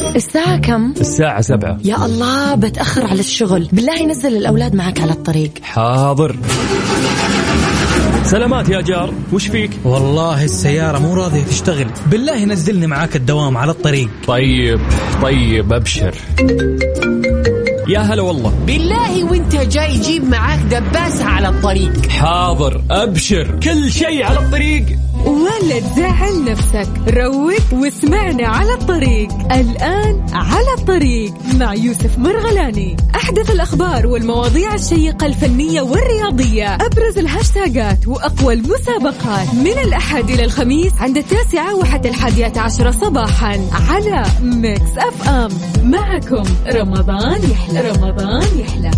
الساعة كم؟ الساعة 7. يا الله بتأخر على الشغل، بالله نزل الأولاد معك على الطريق. حاضر. سلامات يا جار، وش فيك؟ والله السيارة مو راضية تشتغل، بالله نزلني معاك الدوام على الطريق. طيب أبشر. يا هلا والله. بالله وانت جاي جيب معاك دباسة على الطريق. حاضر أبشر، كل شيء على الطريق. ولا تزعل نفسك، روق واسمعنا على الطريق. الآن على الطريق مع يوسف مرغلاني. أحدث الأخبار والمواضيع الشيقة الفنية والرياضية، أبرز الهاشتاجات وأقوى المسابقات، من الأحد إلى الخميس عند 9 وحتى 11 صباحا على ميكس أف أم. معكم رمضان يحلى. رمضان يحلى.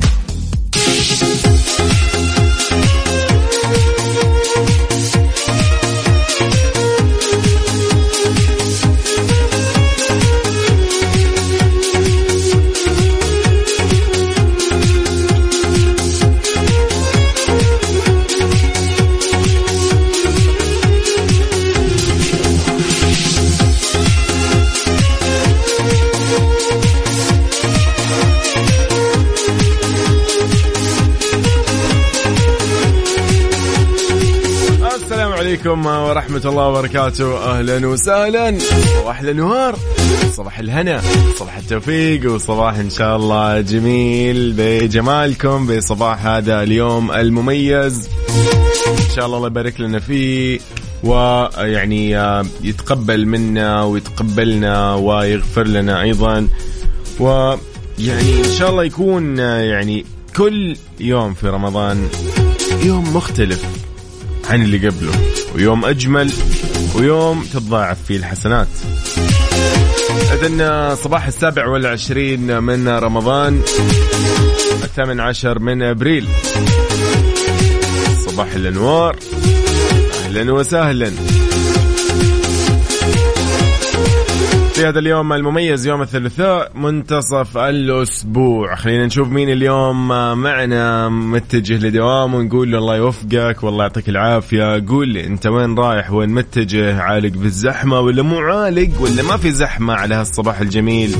عليكم ورحمة الله وبركاته. أهلا وسهلا وأحلى نهار، صباح الهنا، صباح التوفيق، وصباح إن شاء الله جميل بجمالكم بصباح هذا اليوم المميز. إن شاء الله يبارك لنا فيه، ويعني يتقبل منا ويتقبلنا ويغفر لنا أيضا، ويعني إن شاء الله يكون يعني كل يوم في رمضان يوم مختلف عن اللي قبله، ويوم أجمل، ويوم تتضاعف فيه الحسنات. إذن صباح 27 من رمضان، 18 من أبريل، صباح الأنوار، أهلا وسهلا في هذا اليوم المميز، يوم الثلاثاء منتصف الأسبوع. خلينا نشوف مين اليوم معنا متجه لدوام، ونقول له الله يوفقك والله يعطيك العافية. قول لي أنت وين رايح، وين متجه، عالق بالزحمة ولا مو عالق، ولا ما في زحمة على هالصباح الجميل؟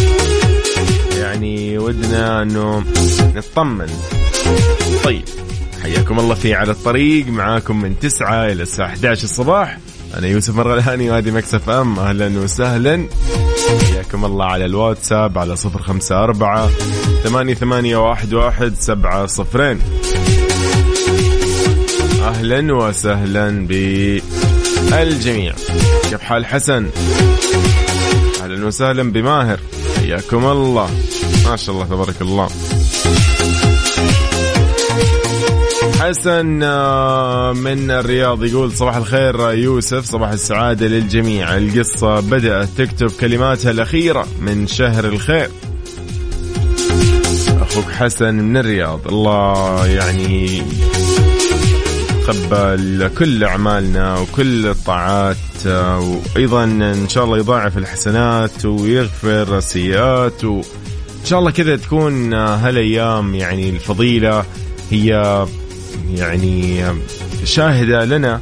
يعني ودنا أنه نطمن. طيب حياكم الله في على الطريق، معاكم من 9 إلى الساعة 11 الصباح. أنا يوسف مرغلاني وهذه ميكس أف أم. أهلا وسهلا، حياكم الله على الواتساب على 0548811700. أهلا وسهلا بالجميع. كيف حال حسن؟ أهلا وسهلا بماهر، حياكم الله، ما شاء الله تبارك الله. حسن من الرياض يقول صباح الخير يوسف، صباح السعادة للجميع. القصة بدأت تكتب كلماتها الأخيرة من شهر الخير. أخوك حسن من الرياض، الله يعني يتقبل كل أعمالنا وكل الطاعات، وأيضا إن شاء الله يضاعف الحسنات ويغفر السيئات، وإن شاء الله كذا تكون هالأيام يعني الفضيلة هي يعني شاهدة لنا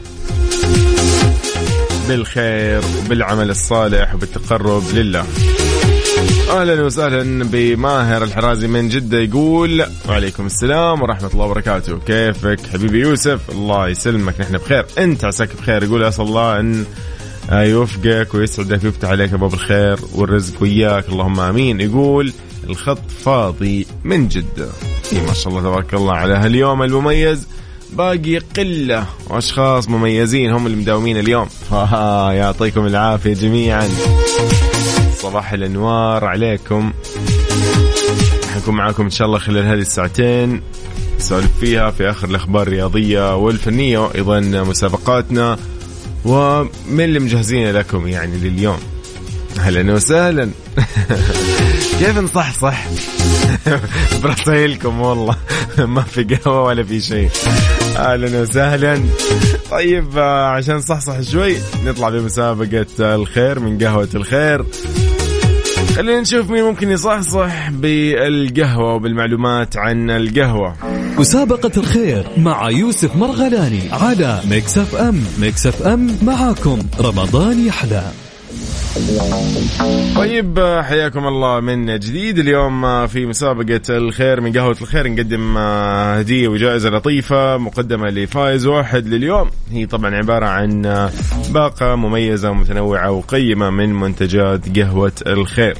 بالخير وبالعمل الصالح وبالتقرب لله. أهلا وسهلا بماهر الحرازي من جدة، يقول وعليكم السلام ورحمة الله وبركاته. كيفك حبيبي يوسف؟ الله يسلمك، نحن بخير، أنت عساك بخير. يقول أسأل الله أن يوفقك ويسعدك ويفتح عليك أبواب الخير والرزق وياك، اللهم آمين. يقول الخط فاضي من جدة. ما شاء الله تبارك الله على هاليوم المميز، باقي قلة وأشخاص مميزين هم اللي مداومين اليوم، يعطيكم العافية جميعا. صباح الأنوار عليكم. حنكون معاكم إن شاء الله خلال هذه الساعتين، نسولف فيها في آخر الأخبار الرياضية والفنية، وأيضا مسابقاتنا ومن اللي مجهزين لكم يعني لليوم. أهلا وسهلا. كيف نصحصح برسائلكم؟ والله ما في قهوة ولا في شيء. أهلا وسهلا. طيب عشان صحصح شوي نطلع بمسابقة الخير من قهوة الخير. خلينا نشوف مين ممكن يصحصح بالقهوة وبالمعلومات عن القهوة. مسابقة الخير مع يوسف مرغلاني على ميكس أف أم. ميكس أف أم، معاكم رمضان يحلى. طيب حياكم الله من جديد. اليوم في مسابقة الخير من قهوة الخير نقدم هدية وجائزة لطيفة مقدمة لفائز واحد لليوم. هي طبعا عبارة عن باقة مميزة ومتنوعة وقيمة من منتجات قهوة الخير.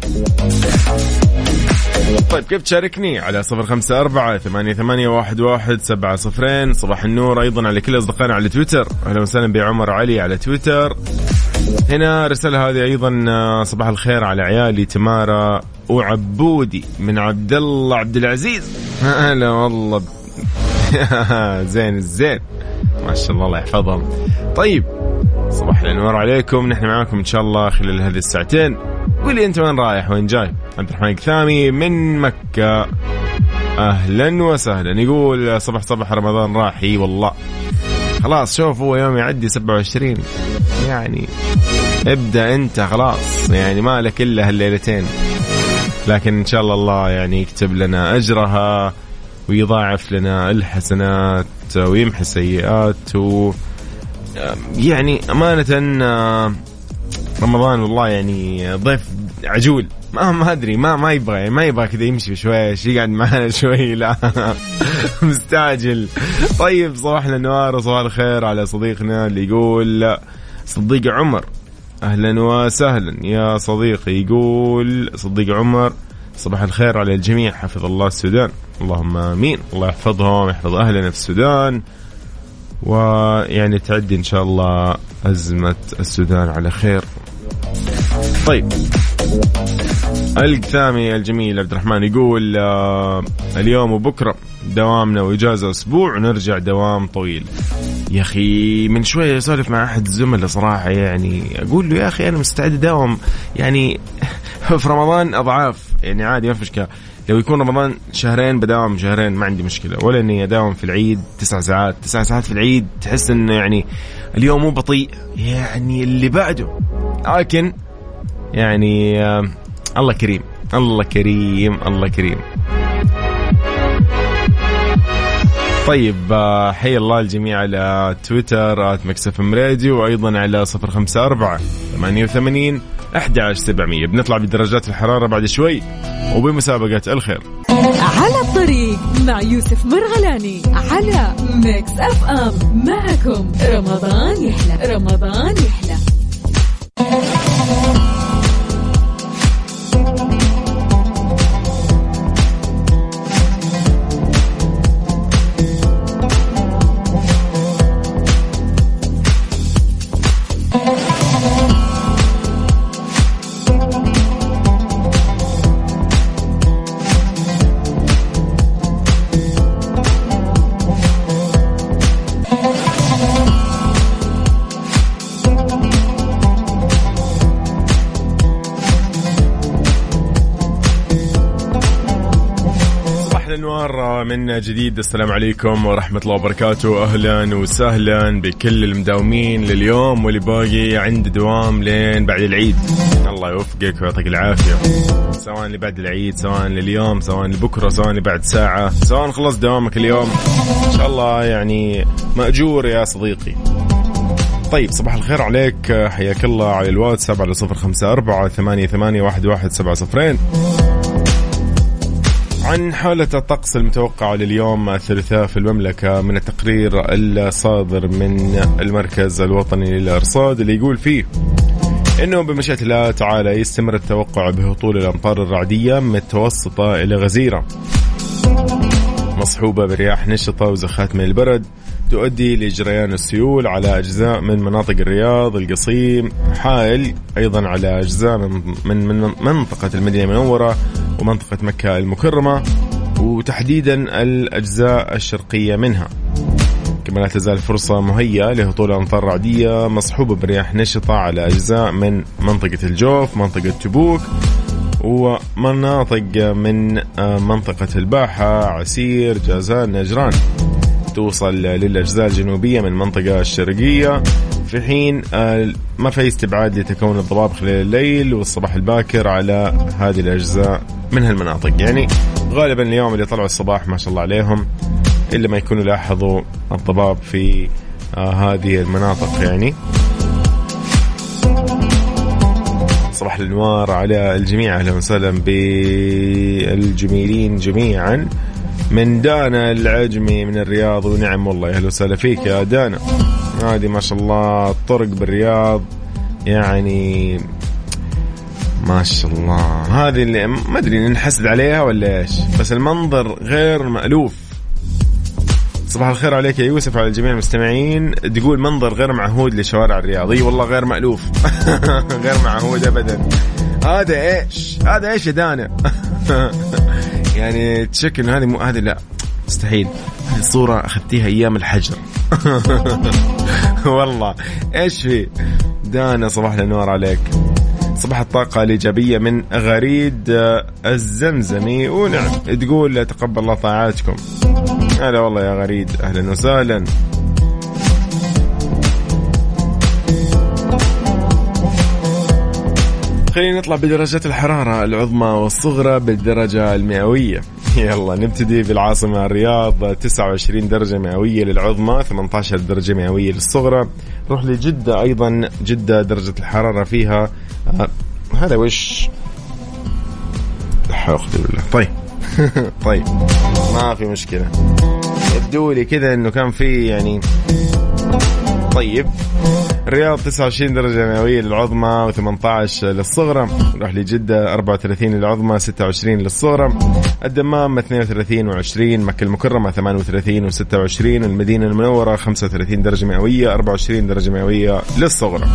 طيب كيف تشاركني؟ على 0548811700. صباح النور أيضا على كل أصدقائنا على تويتر. أهلا وسهلا بعمر علي على تويتر. هنا رسالة هذه أيضا صباح الخير على عيالي تمارا وعبودي من عبد الله عبد العزيز. هلا والله زين الزين ما شاء الله الله يحفظهم. طيب صباح الأنوار عليكم. نحن معاكم إن شاء الله خلال هذه الساعتين. قولي أنت وين رايح وين جاي؟ عبد الرحمن الكثامي من مكة أهلا وسهلا. يقول صباح صباح رمضان راح. اي والله خلاص شوف هو يوم يعدي 27 يعني ابدأ أنت خلاص يعني ما لك إلا هالليلتين. لكن إن شاء الله يعني يكتب لنا أجرها ويضاعف لنا الحسنات ويمحي السيئات يعني أمانة رمضان والله يعني ضيف عجول ما أدري ما يبغى يعني ما يبغى كذا يمشي شويش يقعد معنا شوي لا مستعجل. طيب صباح النوار وصباح الخير على صديقنا اللي يقول صديق عمر. أهلا وسهلا يا صديقي. يقول صديق عمر صباح الخير على الجميع حفظ الله السودان. اللهم آمين. الله يحفظهم يحفظ أهلنا في السودان ويعني تعدي إن شاء الله أزمة السودان على خير. طيب الكثامي الجميل عبد الرحمن يقول اليوم وبكرة دوامنا وإجازة أسبوع ونرجع دوام طويل. يا أخي من شوية أسولف مع أحد الزملاء صراحة يعني أقول له يا أخي أنا مستعد أداوم يعني في رمضان أضعاف يعني عادي ما في مشكلة. لو يكون رمضان شهرين بداوم شهرين ما عندي مشكلة. ولا إني أداوم في العيد 9 ساعات في العيد تحس إنه يعني اليوم مو بطيء يعني اللي بعده. لكن يعني الله كريم الله كريم الله كريم. طيب حي الله الجميع على تويتر @مكسفمراديو وأيضا على 0548811700. بنطلع بدرجات الحرارة بعد شوي وبمسابقة الخير على الطريق مع يوسف مرغلاني على ميكس اف ام. معكم رمضان يحلى رمضان يحلى. من جديد. السلام عليكم ورحمة الله وبركاته. أهلا وسهلا بكل المداومين لليوم واللي باقي عند دوام لين بعد العيد. الله يوفقك ويعطيك العافية سواء اللي بعد العيد سواء لليوم سواء لبكرة سواء اللي بعد ساعة سواء خلص دوامك اليوم إن شاء الله يعني مأجور يا صديقي. طيب صباح الخير عليك. حياك الله على الواتساب على 0548811700 عن حالة الطقس المتوقعة لليوم الثلاثاء في المملكة من التقرير الصادر من المركز الوطني للأرصاد اللي يقول فيه إنه بمشيئة الله تعالى يستمر التوقع بهطول الأمطار الرعدية متوسطة إلى غزيرة مصحوبة برياح نشطة وزخات من البرد تؤدي لجريان السيول على أجزاء من مناطق الرياض القصيم حائل أيضا على أجزاء من منطقة المدينة المنورة ومنطقة مكة المكرمة وتحديدا الأجزاء الشرقية منها. كما لا تزال فرصة مهيئة لهطول أمطار رعدية مصحوبة برياح نشطة على أجزاء من منطقة الجوف منطقة تبوك ومناطق من منطقة الباحة عسير جازان نجران توصل للأجزاء الجنوبية من المنطقة الشرقية في حين ما في استبعاد لتكون الضباب خلال الليل والصباح الباكر على هذه الأجزاء من هالمناطق. يعني غالبا اليوم اللي طلعوا الصباح ما شاء الله عليهم إلا ما يكونوا لاحظوا الضباب في هذه المناطق. يعني صباح الأنوار على الجميع، أهلا وسهلا بالجميلين جميعا. من دانا العجمي من الرياض، ونعم والله أهلا وسهلا فيك يا دانا. هذه ما شاء الله الطرق بالرياض يعني ما شاء الله، هذه اللي ما أدري نحسد عليها ولا إيش، بس المنظر غير مألوف. صباح الخير عليك يا يوسف على الجميع المستمعين. تقول منظر غير معهود لشوارع الرياض. اي والله غير مألوف غير معهود ابدا. هذا ايش يا دانا يعني تشك انه هذه لا مستحيل، هذه الصورة اخذتيها ايام الحجر والله. ايش في دانا؟ صباح الانوار عليك، صباح الطاقة الإيجابية من غريد الزمزمي، ونعم تقول تقبل الله طاعاتكم. هلا والله يا غريد، أهلا وسهلا. خلينا نطلع بدرجات الحرارة العظمى والصغرى بالدرجة المئوية. يلا نبتدي بالعاصمة الرياض، 29 درجة مئوية للعظمى، 18 درجة مئوية للصغرى. نروح لجدة، أيضا جدة درجة الحرارة فيها هذا وش أخذ بالله. طيب طيب ما في مشكلة، يبدو لي كذا إنه كان في يعني. طيب الرياض 29 درجة مئوية للعظمى و18 للصغرى. نروح لجدة 34 للعظمى 26 للصغرى. الدمام 32 و20. مكة المكرمة 38 و26. المدينة المنورة 35 درجة مئوية 24 درجة مئوية للصغرى.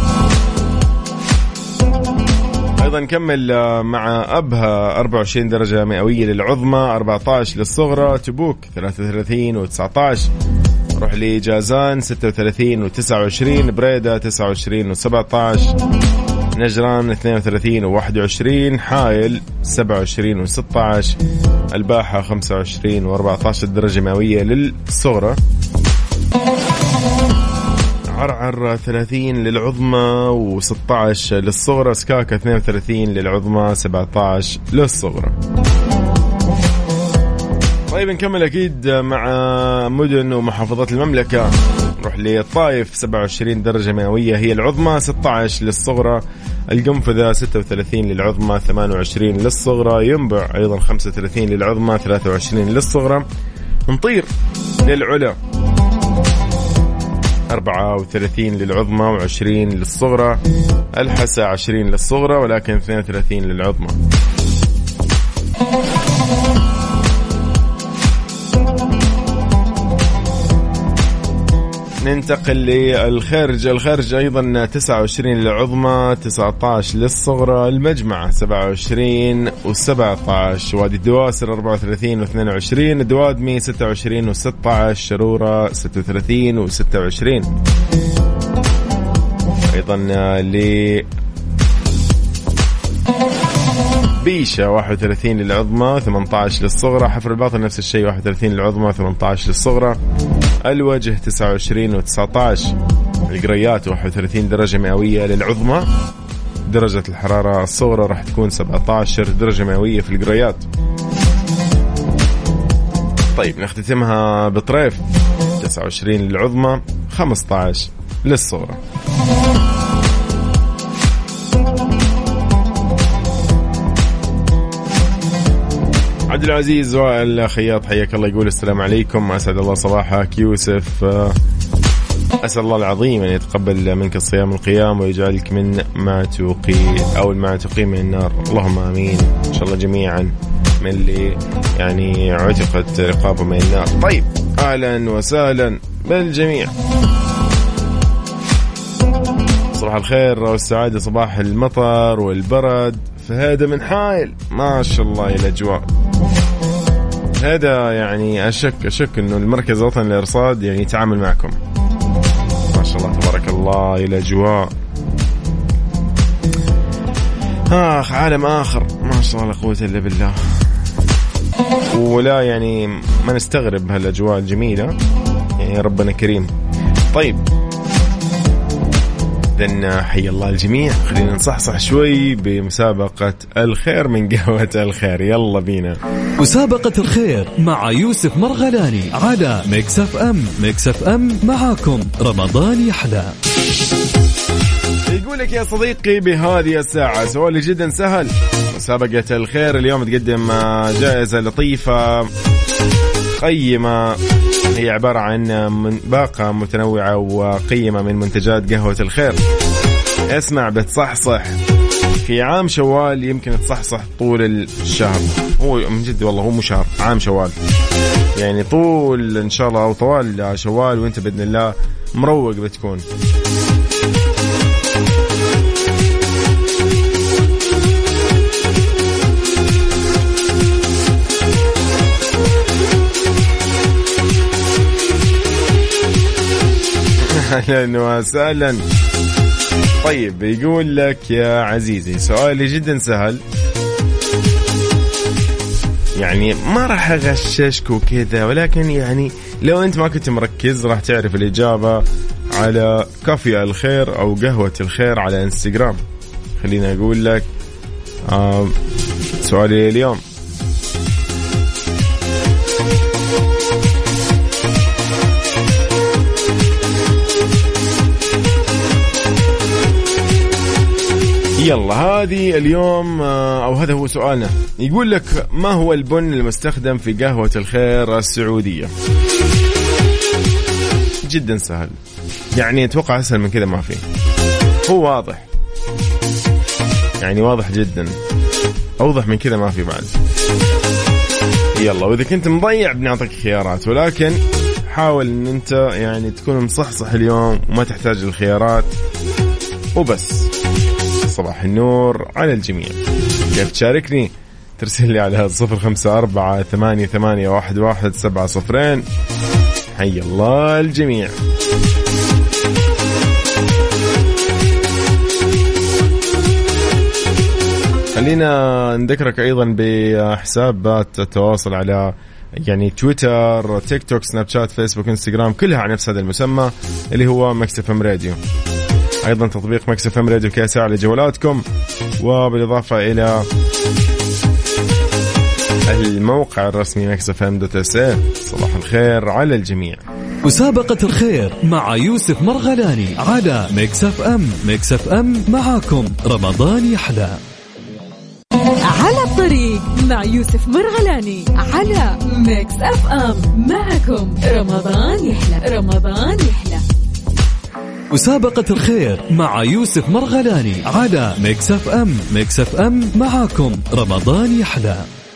أيضا نكمل مع أبها 24 درجة مئوية للعظمى 14 للصغرى. تبوك 33 و19. روح لجازان 36 و29. بريدة 29 و17. نجران 32 و21. حائل 27 و16. الباحة 25 و14 درجة مئوية للصغرى. عرعر 30 للعظمى و16 للصغرى. سكاكا 32 للعظمى 17 للصغرى. طيب نكمل أكيد مع مدن ومحافظات المملكة. نروح للطائف 27 درجة مئوية هي العظمى 16 للصغرى. القنفذة 36 للعظمى 28 للصغرى. ينبع أيضا 35 للعظمى 23 للصغرى. نطير للعلا 34 للعظمى و20 للصغرى. الحسا 20 للصغرى ولكن 32 للعظمى. ننتقل للخارج. الخارج أيضا 29 للعظمى 19 للصغرى. المجمع 27 و17. وادي الدواسر 34 و22. الدوادمي 26 و16. شرورة 36 و26. أيضا بيشة 31 للعظمى 18 للصغرى. حفر الباطن نفس الشيء 31 للعظمى 18 للصغرى. الوجه 29 و19. القريات 31 درجة مئوية للعظمى. درجة الحرارة الصغرى راح تكون 17 درجة مئوية في القريات. طيب نختتمها بطريف 29 للعظمى 15 للصغرى. عبد العزيز وائل خياط حياك الله، يقول السلام عليكم، أسعد الله صباحك يوسف، أسأل الله العظيم أن يتقبل منك الصيام والقيام ويجعلك من ما تقي من النار، اللهم آمين إن شاء الله جميعا من اللي يعني عتقت رقابه من النار. طيب أهلا وسهلا بالجميع، صباح الخير والسعادة، صباح المطر والبرد، فهذا من حائل ما شاء الله إلى الأجواء. هذا يعني أشك إنه المركز الوطني للإرصاد يعني يتعامل معكم ما شاء الله تبارك الله إلى أجواء عالم آخر ما شاء الله لا قوة إلا بالله. ولا يعني ما نستغرب هالأجواء الجميلة، يعني ربنا كريم. طيب إذن حي الله الجميع، خلينا نصحصح شوي بمسابقة الخير من قهوة الخير. يلا بينا مسابقة الخير مع يوسف مرغلاني على ميكس اف ام. ميكس اف ام معاكم رمضان يحلى. يقول لك يا صديقي بهذه الساعة سؤال جدا سهل. مسابقة الخير اليوم تقدم جائزة لطيفة قيمة، هي عبارة عن باقة متنوعة وقيمة من منتجات قهوة الخير. اسمع بتصحصح في عام شوال، يمكن تصحصح طول الشهر. هو من جد والله هو مو شهر، عام شوال، يعني طول إن شاء الله أو طوال شوال وانت بإذن الله مروق بتكون. أهلا وسهلا. طيب يقول لك يا عزيزي سؤالي جدا سهل، يعني ما راح أغششك وكذا، ولكن يعني لو أنت ما كنت مركز راح تعرف الإجابة على كافي الخير أو قهوة الخير على إنستغرام. خلينا أقول لك سؤالي اليوم. يلا هذه اليوم أو هذا هو سؤالنا. يقول لك ما هو البن المستخدم في قهوة الخير السعودية؟ جدا سهل، يعني أتوقع أسهل من كذا ما فيه، هو واضح، يعني واضح جدا، أوضح من كذا ما في بعد. يلا وإذا كنت مضيع بنعطيك خيارات، ولكن حاول أن أنت يعني تكون مصحصح اليوم وما تحتاج الخيارات وبس. صباح النور على الجميع. كيف تشاركني؟ ترسل لي على 0548811700. حي الله الجميع. خلينا نذكرك أيضا بحسابات التواصل على يعني تويتر، تيك توك، سناب شات، فيسبوك، انستغرام، كلها على نفس هذا المسمى اللي هو ميكس اف ام راديو. أيضا تطبيق ميكس اف ام راديو كاسع لجوالاتكم، وبالإضافة إلى الموقع الرسمي mixfm.sa. صباح الخير على الجميع. مسابقة الخير مع يوسف مرغلاني على ميكس اف ام. ميكس اف ام معاكم رمضان يحلى. على الطريق مع يوسف مرغلاني على ميكس اف ام. معكم رمضان يحلى. رمضان يحلى. مسابقة الخير مع يوسف مرغلاني على ميكس اف ام. ميكس اف ام معاكم رمضان يحلى.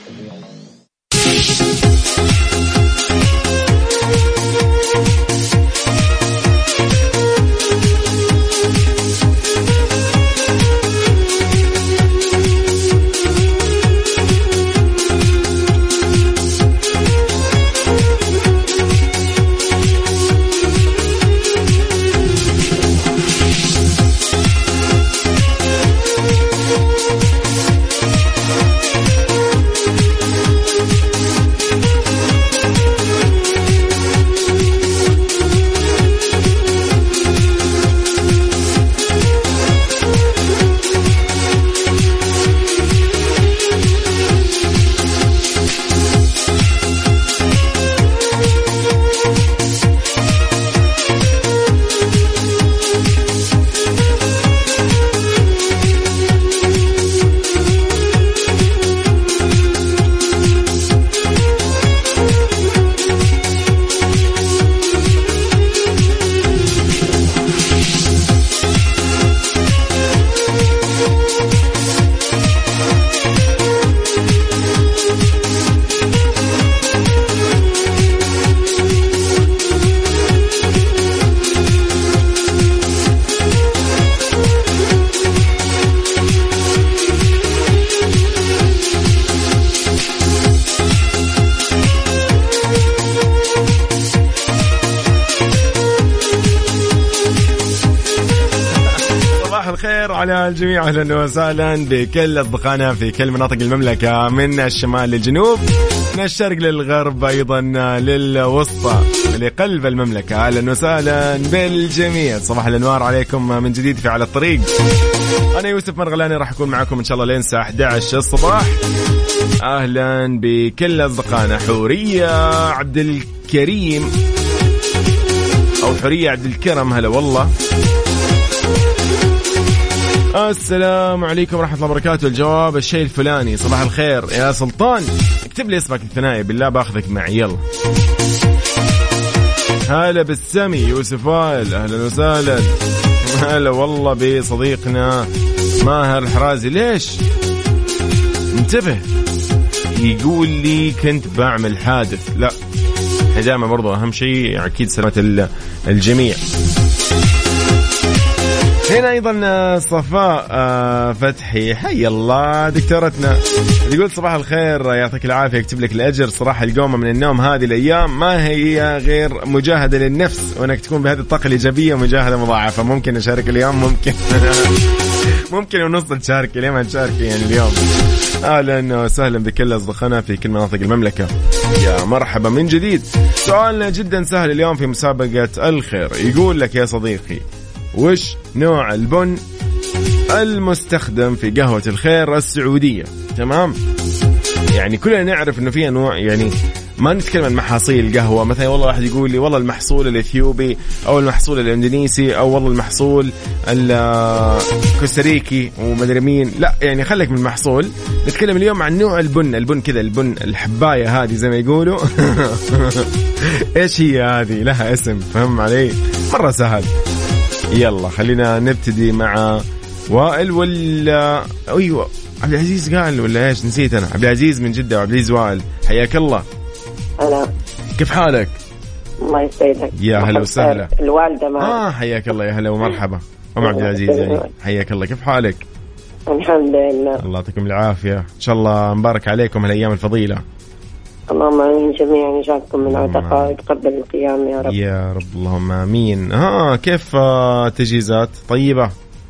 على الجميع. أهلا وسهلا بكل أصدقائنا في كل مناطق المملكة، من الشمال للجنوب، من الشرق للغرب، أيضا للوسطى، لقلب المملكة. أهلا وسهلا بالجميع. صباح الأنوار عليكم من جديد في على الطريق. أنا يوسف مرغلاني راح أكون معكم إن شاء الله لين الساعة 11 الصباح. أهلا بكل أصدقائنا. حورية عبد الكريم أو حورية عبد الكرم، هلا والله. السلام عليكم ورحمة الله وبركاته. الجواب الشيء الفلاني. صباح الخير يا سلطان، اكتب لي اسمك الثنائي بالله باخذك معي. يلا هلا بالسمي يوسف وائل، أهلا وسهلا. هلا والله بصديقنا ماهر الحرازي. ليش؟ انتبه، يقول لي كنت بعمل حادث. لا، دائما برضو أهم شيء أكيد سلامة الجميع. هنا أيضا صفاء فتحي، حي الله دكتورتنا، يقول صباح الخير يعطيك العافية يكتب لك الأجر. صراحة القومة من النوم هذه الأيام ما هي غير مجاهدة للنفس، وأنك تكون بهذه الطاقة الإيجابية مجاهدة مضاعفة. ممكن أشارك اليوم؟ ممكن ممكن ونص تشارك، ليه ما تشارك يعني اليوم. أهلا وسهلا بكل أصدقائنا في كل مناطق المملكة، يا مرحبا من جديد. سؤالنا جدا سهل اليوم في مسابقة الخير، يقول لك يا صديقي وش نوع البن المستخدم في قهوة الخير السعودية؟ تمام، يعني كلنا نعرف انه في انواع، يعني ما نتكلم عن محاصيل قهوة مثلا والله واحد يقول لي والله المحصول الإثيوبي أو المحصول الإندونيسي أو والله المحصول الكوستاريكي ومدري مين. لا يعني خليك من المحصول، نتكلم اليوم عن نوع البن كذا، البن الحباية هذه زي ما يقولوا إيش هي هذه؟ لها اسم، فهم علي؟ مرة سهل. يلا خلينا نبتدي مع وائل ولا أيوة عبد العزيز قال ولا إيش؟ نسيت أنا. عبد العزيز من جدة وعبد العزيز وائل، حياك الله. هلا، كيف حالك؟ الله يسعدك. يا هلا وسهلا. الوالدة معك. حياك الله، يا هلا ومرحبا. أم عبد العزيز يعني حياك الله، كيف حالك؟ الحمد لله. الله يعطيكم العافية، إن شاء الله مبارك عليكم هالأيام الفضيلة. اللهم آمين جميعا، يجعلكم من عتقاء يتقبل القيام يا رب. يا رب اللهم آمين. كيف تجهيزات؟ طيبة؟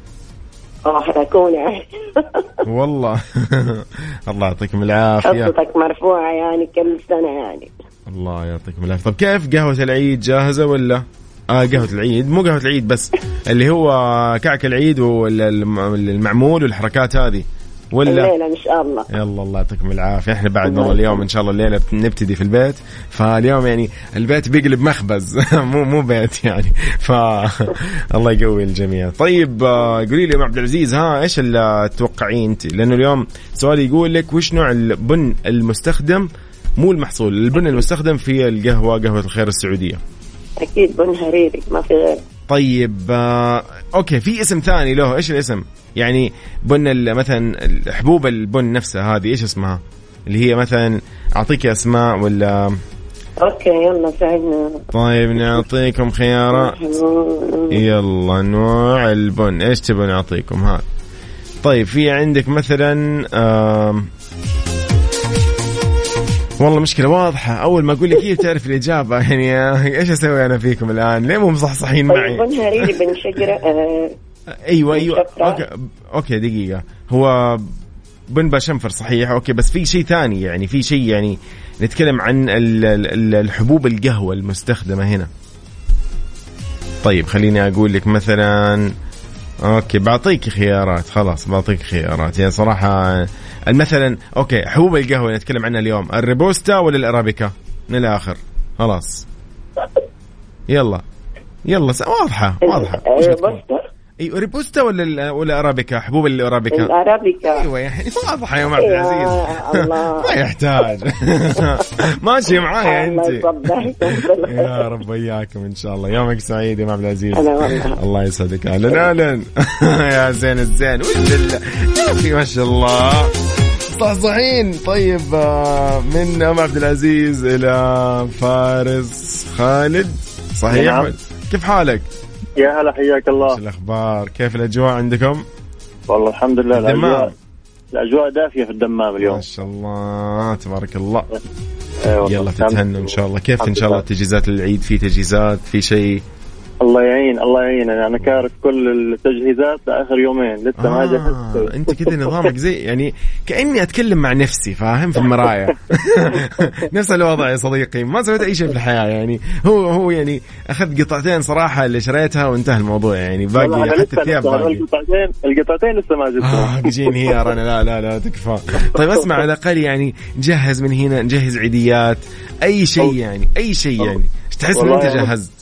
راح أكون يعني والله الله يعطيكم العافية. خطتك مرفوعة يعني كل سنة يعني. الله يعطيكم العافية. طب كيف قهوة العيد جاهزة ولا؟ قهوة العيد، مو قهوة العيد بس، اللي هو كعك العيد والمعمول والحركات هذه، ولا الليلة إن شاء الله. يلا الله يعطيكم العافية. احنا بعد والله اليوم إن شاء الله الليلة نبتدي في البيت، فاليوم يعني البيت بيقلب مخبز مو بيت يعني، الله يقوي الجميع. طيب قولي لي يا عبد العزيز، ايش اللي تتوقعين انت؟ لأنه اليوم سؤال يقول لك وش نوع البن المستخدم، مو المحصول، البن المستخدم في القهوة، قهوة الخير السعودية. أكيد بن هريري ما في غير. طيب أوكي، في اسم ثاني له، إيش الاسم؟ يعني بن مثلا حبوب البن نفسها هذه إيش اسمها؟ اللي هي مثلا أعطيك أسماء ولا؟ أوكي يلا ساعدنا. طيب نعطيكم خيارات. يلا نوع البن إيش تبون نعطيكم؟ هذا طيب في عندك مثلا والله مشكلة واضحة، أول ما أقول لك هي تعرف الإجابة يعني إيش أسوي أنا فيكم الآن؟ ليه مو مصحصحين معي؟ بن هريري بن شجرة. أيوة أوكي دقيقة، هو بن بشنفر صحيح. أوكي بس في شيء ثاني، يعني في شيء يعني نتكلم عن الحبوب القهوة المستخدمة هنا. طيب خليني أقول لك مثلا، أوكي بعطيك خيارات، خلاص بعطيك خيارات يعني صراحة. مثلا أوكي حبوب القهوة نتكلم عنها اليوم، الروبوستا ولا الأرابيكا؟ من الآخر خلاص يلا واضحة. ايوه روبوستا ولا أرابيكا؟ حبوب الأرابيكا. الأرابيكا ايوه يعني واضحة يا عبد العزيز ما يحتاج ماشي معايا انت. يا رب وياكم ان شاء الله، يومك سعيد يا عبد العزيز. الله يسعدك. اهلا يا زين الزين يا في ما شاء الله صحصحين. طيب من أم عبد العزيز إلى فارس خالد، صحيح؟ نعم. كيف حالك؟ يا هلا حياك الله. ايش الأخبار؟ كيف الأجواء عندكم؟ والله الحمد لله الأجواء دافية في الدمام اليوم. ما شاء الله تبارك الله. يلا تتهنوا إن شاء الله. كيف إن شاء الله تجهيزات العيد؟ في تجهيزات في شيء؟ الله يعين أنا كارف كل التجهيزات لآخر يومين لسه ما جهزت. أنت كده نظامك زي يعني كأني أتكلم مع نفسي، فاهم؟ في المراية نفس الوضع يا صديقي، ما سويت أي شيء في الحياة يعني. هو يعني أخذت قطعتين صراحة اللي شريتها وانتهى الموضوع يعني. باقي حتى الثياب باقي. القطعتين لسه ما جبتهم. بيجيني هي أنا لا تكفى. طيب أسمع، على الأقل يعني نجهز من هنا، نجهز عيديات، أي شيء يعني تحس إن أنت جهزت.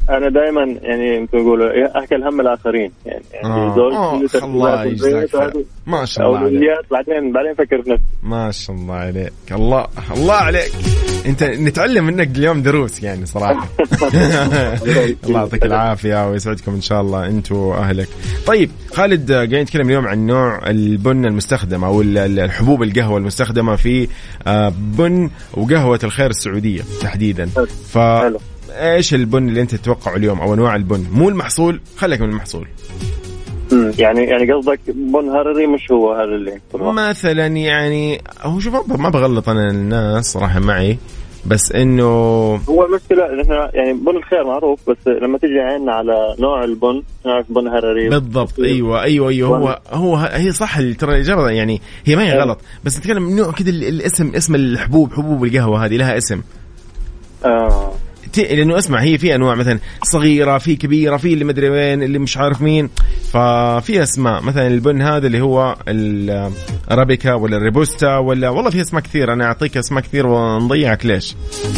انا دائما يعني تقولوا اكل هم الاخرين يعني الله يجزاك ما شاء الله عليك. بعدين فكر في نفسي. ما شاء الله عليك. الله عليك. انت نتعلم منك اليوم دروس يعني صراحه. الله يعطيك العافيه ويسعدكم ان شاء الله انت واهلك. طيب خالد، قاعدين نتكلم اليوم عن نوع البن المستخدم او الحبوب القهوه المستخدمه في بن وقهوه الخير السعوديه تحديدا. ايش البن اللي انت تتوقعه اليوم او انواع البن؟ مو المحصول، خليك من المحصول. يعني قصدك بن هرري؟ مش هو هذا اللي مثلا يعني هو شوف ما بغلط انا الناس صراحه معي، بس انه هو المشكله احنا يعني بن الخير معروف، بس لما تيجي عيننا على نوع البن نعرف بن هرري بالضبط. ايوه هو هي صح ترى الاجابه يعني هي ما هي غلط، بس نتكلم نوع كده الاسم، اسم الحبوب، حبوب القهوه هذه لها اسم. لأنه اسمع هي في أنواع مثلا صغيرة، في كبيرة، في اللي مدري وين، اللي مش عارف مين، ففي أسماء. مثلا البن هذا اللي هو الأرابيكا ولا الريبوستا ولا والله في أسماء كثير. أنا أعطيك أسماء كثير ونضيعك ليش؟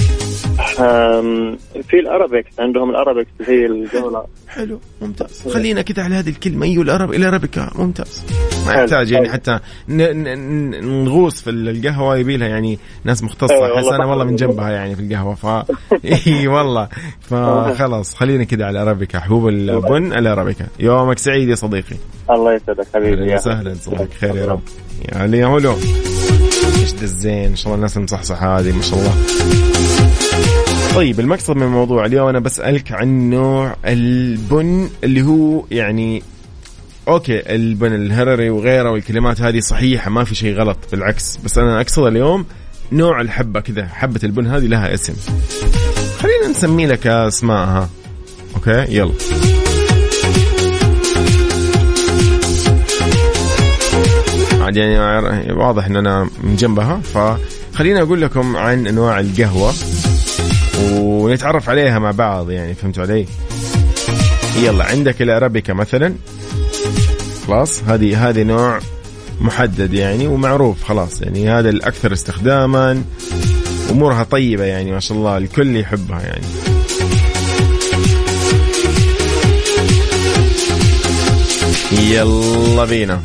في الأرابيكس، عندهم الأرابيكس هي الجولة. حلو ممتاز. خلينا كده على هذه الكلمة. أيوة الأرابيكا ممتاز. ما يحتاج يعني حتى نغوص في القهوة، يبيلها يعني ناس مختصة. حس أنا والله من جنبها يعني في القهوة إيه والله. فخلاص خلينا كده على الأرابيكا، حبوب البن الأرابيكا. يومك سعيد يا صديقي. الله يسعدك حبيبي. سهلا صديق خير يا رب. يا هولو إيش ده الزين إن شاء الله الناس المصحصحة هذه ما شاء الله. طيب المقصد من الموضوع اليوم أنا بسألك عن نوع البن اللي هو يعني أوكي البن الهرري وغيره والكلمات هذه صحيحة ما في شيء غلط بالعكس، بس أنا أقصد اليوم نوع الحبة كذا، حبة البن هذه لها اسم، خلينا نسمي لك اسمائها. أوكي يلا. يعني واضح أن أنا من جنبها، فخلينا أقول لكم عن أنواع القهوة ونتعرف عليها مع بعض يعني. فهمتوا علي؟ يلا عندك الأرابيكا مثلا، خلاص هذه نوع محدد يعني ومعروف خلاص، يعني هذا الأكثر استخداما، أمورها طيبة يعني ما شاء الله الكل يحبها يعني. يلا بينا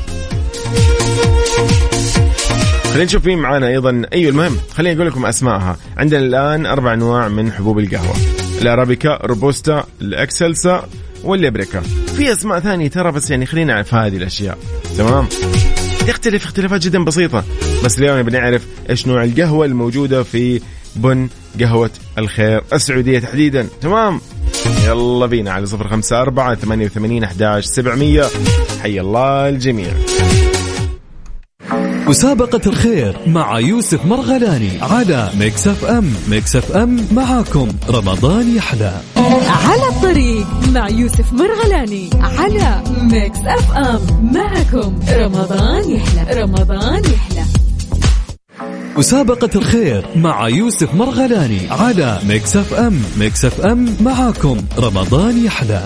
خلينا نشوف مين معانا أيضا. أيوة المهم خليني أقول لكم أسمائها. عندنا الآن 4 أنواع من حبوب القهوة: الأرابيكا، روبوستا، الأكسلسا والليبريكا. في أسماء ثانية ترى بس يعني خلينا نعرف هذه الأشياء تمام. يختلف اختلافات جدا بسيطة، بس اليوم بنعرف إيش نوع القهوة الموجودة في بن قهوة الخير السعودية تحديدا. تمام يلا بينا على 0548811700. حي الله الجميع. مسابقة الخير مع يوسف مرغلاني على ميكس اف ام. ميكس اف ام معاكم رمضان يحلى. على الطريق مع يوسف مرغلاني على ميكس اف ام. معاكم رمضان يحلى. رمضان يحلى. مسابقة الخير مع يوسف مرغلاني على ميكس اف ام. ميكس اف ام معاكم رمضان يحلى.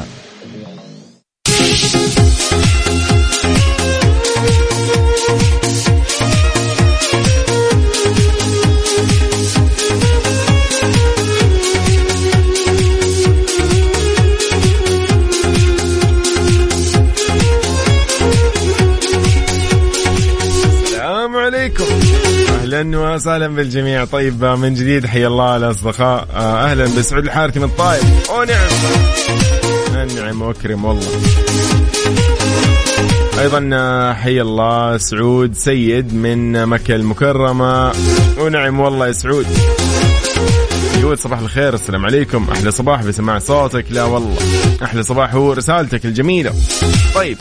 أهلا وسهلا بالجميع. طيب من جديد حي الله الأصدقاء. أهلا بسعود الحارثي من الطائف. نعم وأكرم والله. أيضا حي الله سعود سيد من مكة المكرمة. ونعم والله يا سعود. يقول صباح الخير السلام عليكم. أحلى صباح بسماع صوتك. لا والله أحلى صباح هو رسالتك الجميلة. طيب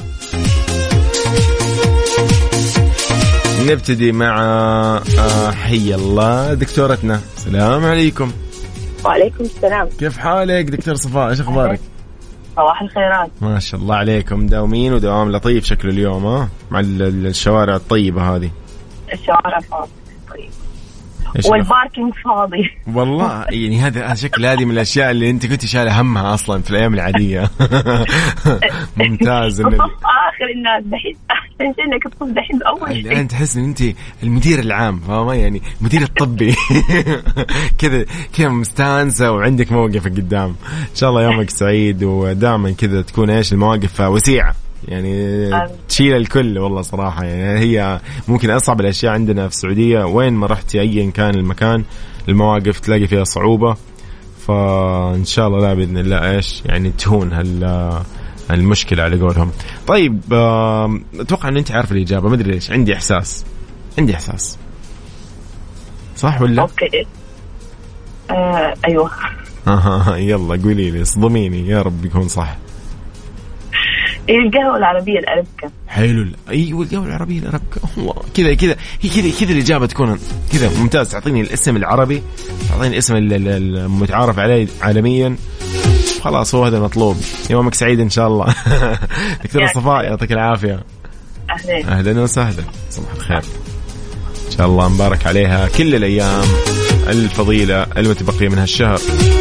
نبتدي مع حي الله دكتورتنا. السلام عليكم. وعليكم السلام. كيف حالك دكتور صفاء؟ ايش اخبارك؟ صباح الخيرات. ما شاء الله عليكم داومين ودوام لطيف شكله اليوم مع الشوارع الطيبة هذه. الشوارع طيب والباركينج فاضي. والله يعني هذا شكل هذه من الأشياء اللي أنت كنت شايلة همها أصلا في الأيام العادية. ممتاز. وصف آخر الناس دحين أحسن شيء إنك تصف دحين أول شيء. أنت تحس إن أنت المدير العام، فاهمة يعني المدير الطبي. كذا مستانسة وعندك موقف قدام. إن شاء الله يومك سعيد ودائما كذا تكون إيش المواقف وسيعة يعني تشيل الكل. والله صراحة يعني هي ممكن أصعب الأشياء عندنا في السعودية، وين ما رحتي أيا كان المكان المواقف تلاقي فيها صعوبة. فإن شاء الله لا بإذن الله إيش يعني تهون المشكلة على قولهم. طيب أتوقع أن أنت عارف الإجابة، ما أدري ليش عندي إحساس صح ولا؟ أوكي. أيوة. يلا قولي لي، صدميني يا رب يكون صح. القهوة العربية الأرابيكا. حلو. أيوة القهوة العربية الأرابيكا. الله كذا هي الإجابة تكون كذا ممتاز. تعطيني الاسم العربي، تعطيني الاسم المتعارف عليه عالميا، خلاص هو هذا المطلوب. يومك سعيد إن شاء الله. دكتورة صفاء يعطيك العافية. أهلا وسهلا، صباح الخير. إن شاء الله مبارك عليها كل الأيام الفضيلة المتبقية من هالشهر.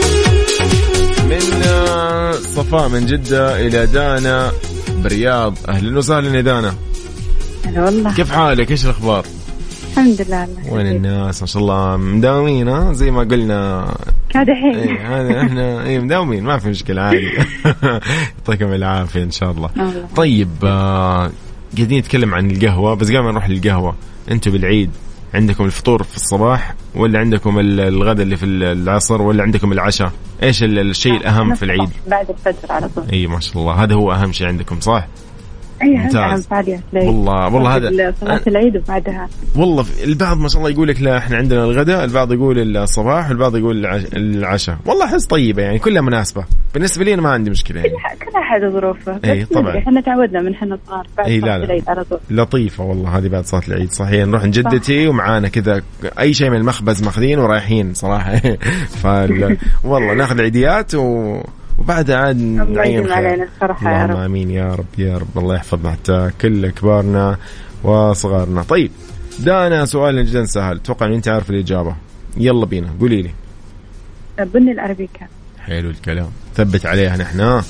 من صفاء من جدة إلى دانا برياض. أهلا وسهلا يا دانا. هلا والله، كيف حالك؟ إيش الأخبار؟ الحمد لله. وين الناس؟ ما شاء الله مداومين زي ما قلنا كادحين. احنا مداومين، ما في مشكلة عادي. يعطيكم العافية إن شاء الله. طيب قاعدين نتكلم عن القهوة، بس قبل ما نروح للقهوة، أنتوا بالعيد عندكم الفطور في الصباح ولا عندكم الغداء اللي في العصر ولا عندكم العشاء؟ ايش الشيء الأهم في العيد؟ بعد الفجر على طول. اي ما شاء الله، هذا هو أهم شيء عندكم صح؟ اي أهم فعاليات. والله هذا صلاة العيد وبعدها. والله البعض ما شاء الله يقول لك لا احنا عندنا الغداء، البعض يقول الصباح، والبعض يقول العشاء. والله حس طيبة يعني كلها مناسبة. بالنسبة لي أنا ما عندي مشكلة يعني. كل أحد ظروفه. اي طبعا. احنا تعودنا من حنا صغار بعد صلاة العيد على طول. لطيفة والله هذه بعد صلاة العيد صحيح. نروح نجدتي ومعانا كذا أي شيء من المخبز ماخذين ورايحين صراحة. والله ناخذ عيديات وبعد عاد نعيم علينا الفرحة يا رب. آمين يا رب يا رب. الله يحفظنا حتى كل كبارنا وصغارنا. طيب دانا سؤال جدا سهل، توقع أن أنت عارف الإجابة. يلا بينا قولي لي. بني الأرابيكا. حلو الكلام، ثبت عليها نحن.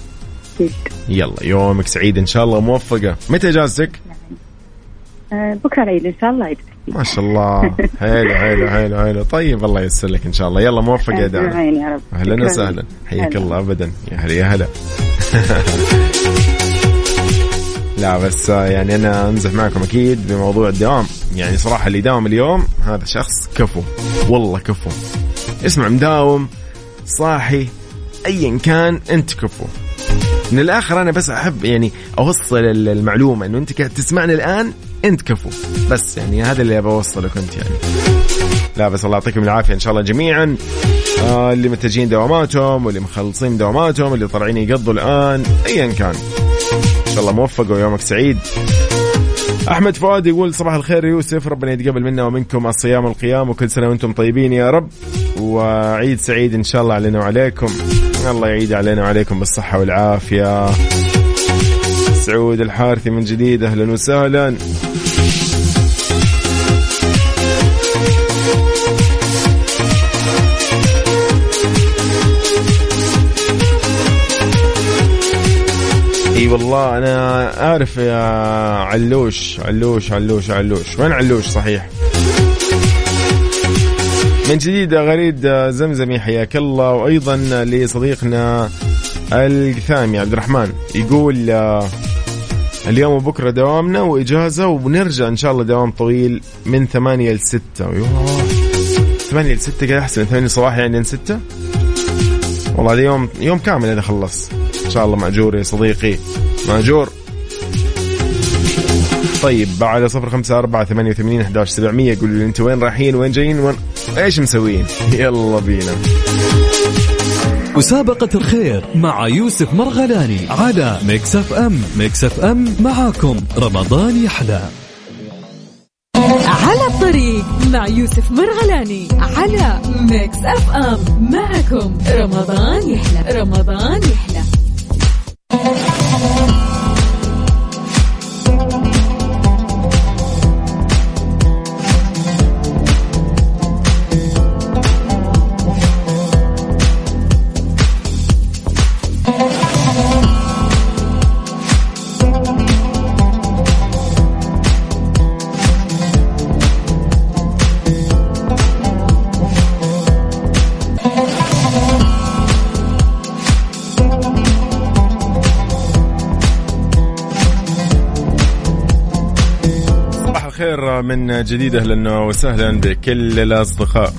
يلا يومك سعيد إن شاء الله، موفقة. متى إجازتك؟ بكرة العيد إن شاء الله عيد. ما شاء الله. حلو. طيب الله ييسر لك إن شاء الله. يلا موفق يا دانا. أهلا وسهلا، حياك الله أبدا. يا هلا. لا بس يعني أنا أمزح معكم أكيد بموضوع الدوام. يعني صراحة اللي داوم اليوم هذا شخص كفو، والله كفو. اسمع، مداوم صاحي أيا كان أنت كفو. من الآخر أنا بس أحب يعني أوصل المعلومة إنه أنت تسمعني الآن أنت كفو، بس يعني هذا اللي أبغى أوصله كنت يعني. لا بس الله يعطيكم العافية إن شاء الله جميعا. اللي متجهين دواماتهم واللي مخلصين دواماتهم، اللي طالعين يقضوا الآن، أيا كان إن شاء الله موفق ويومك سعيد. أحمد فؤاد يقول صباح الخير يوسف، ربنا يتقبل منا ومنكم الصيام والقيام، وكل سنة وأنتم طيبين يا رب، وعيد سعيد إن شاء الله علينا وعليكم. الله يعيد علينا وعليكم بالصحة والعافية. سعود الحارثي من جديد، أهلا وسهلا. اي والله انا عارف يا علوش. وين علوش؟ صحيح من جديد غريد زمزمي، حياك الله. وايضا لصديقنا القثامي عبد الرحمن يقول اليوم وبكره دوامنا واجازه، وبنرجع ان شاء الله دوام طويل من 8 ل 6. 8 ل 6 كذا احسن، 8 صباح يعني 6. والله اليوم يوم كامل اذا خلص إن شاء الله. مأجور يا صديقي، مأجور. طيب بعد 0548811700 قولوا لي أنتوا وين رايحين، وين جايين، إيش مسوين. يلا بينا. مسابقة الخير مع يوسف مرغلاني على ميكس اف ام. ميكس اف ام معاكم رمضان يحلى. على الطريق مع يوسف مرغلاني على ميكس اف ام. معكم رمضان يحلى. رمضان يحلى. الخير من جديد، أهلا وسهلا بكل الأصدقاء.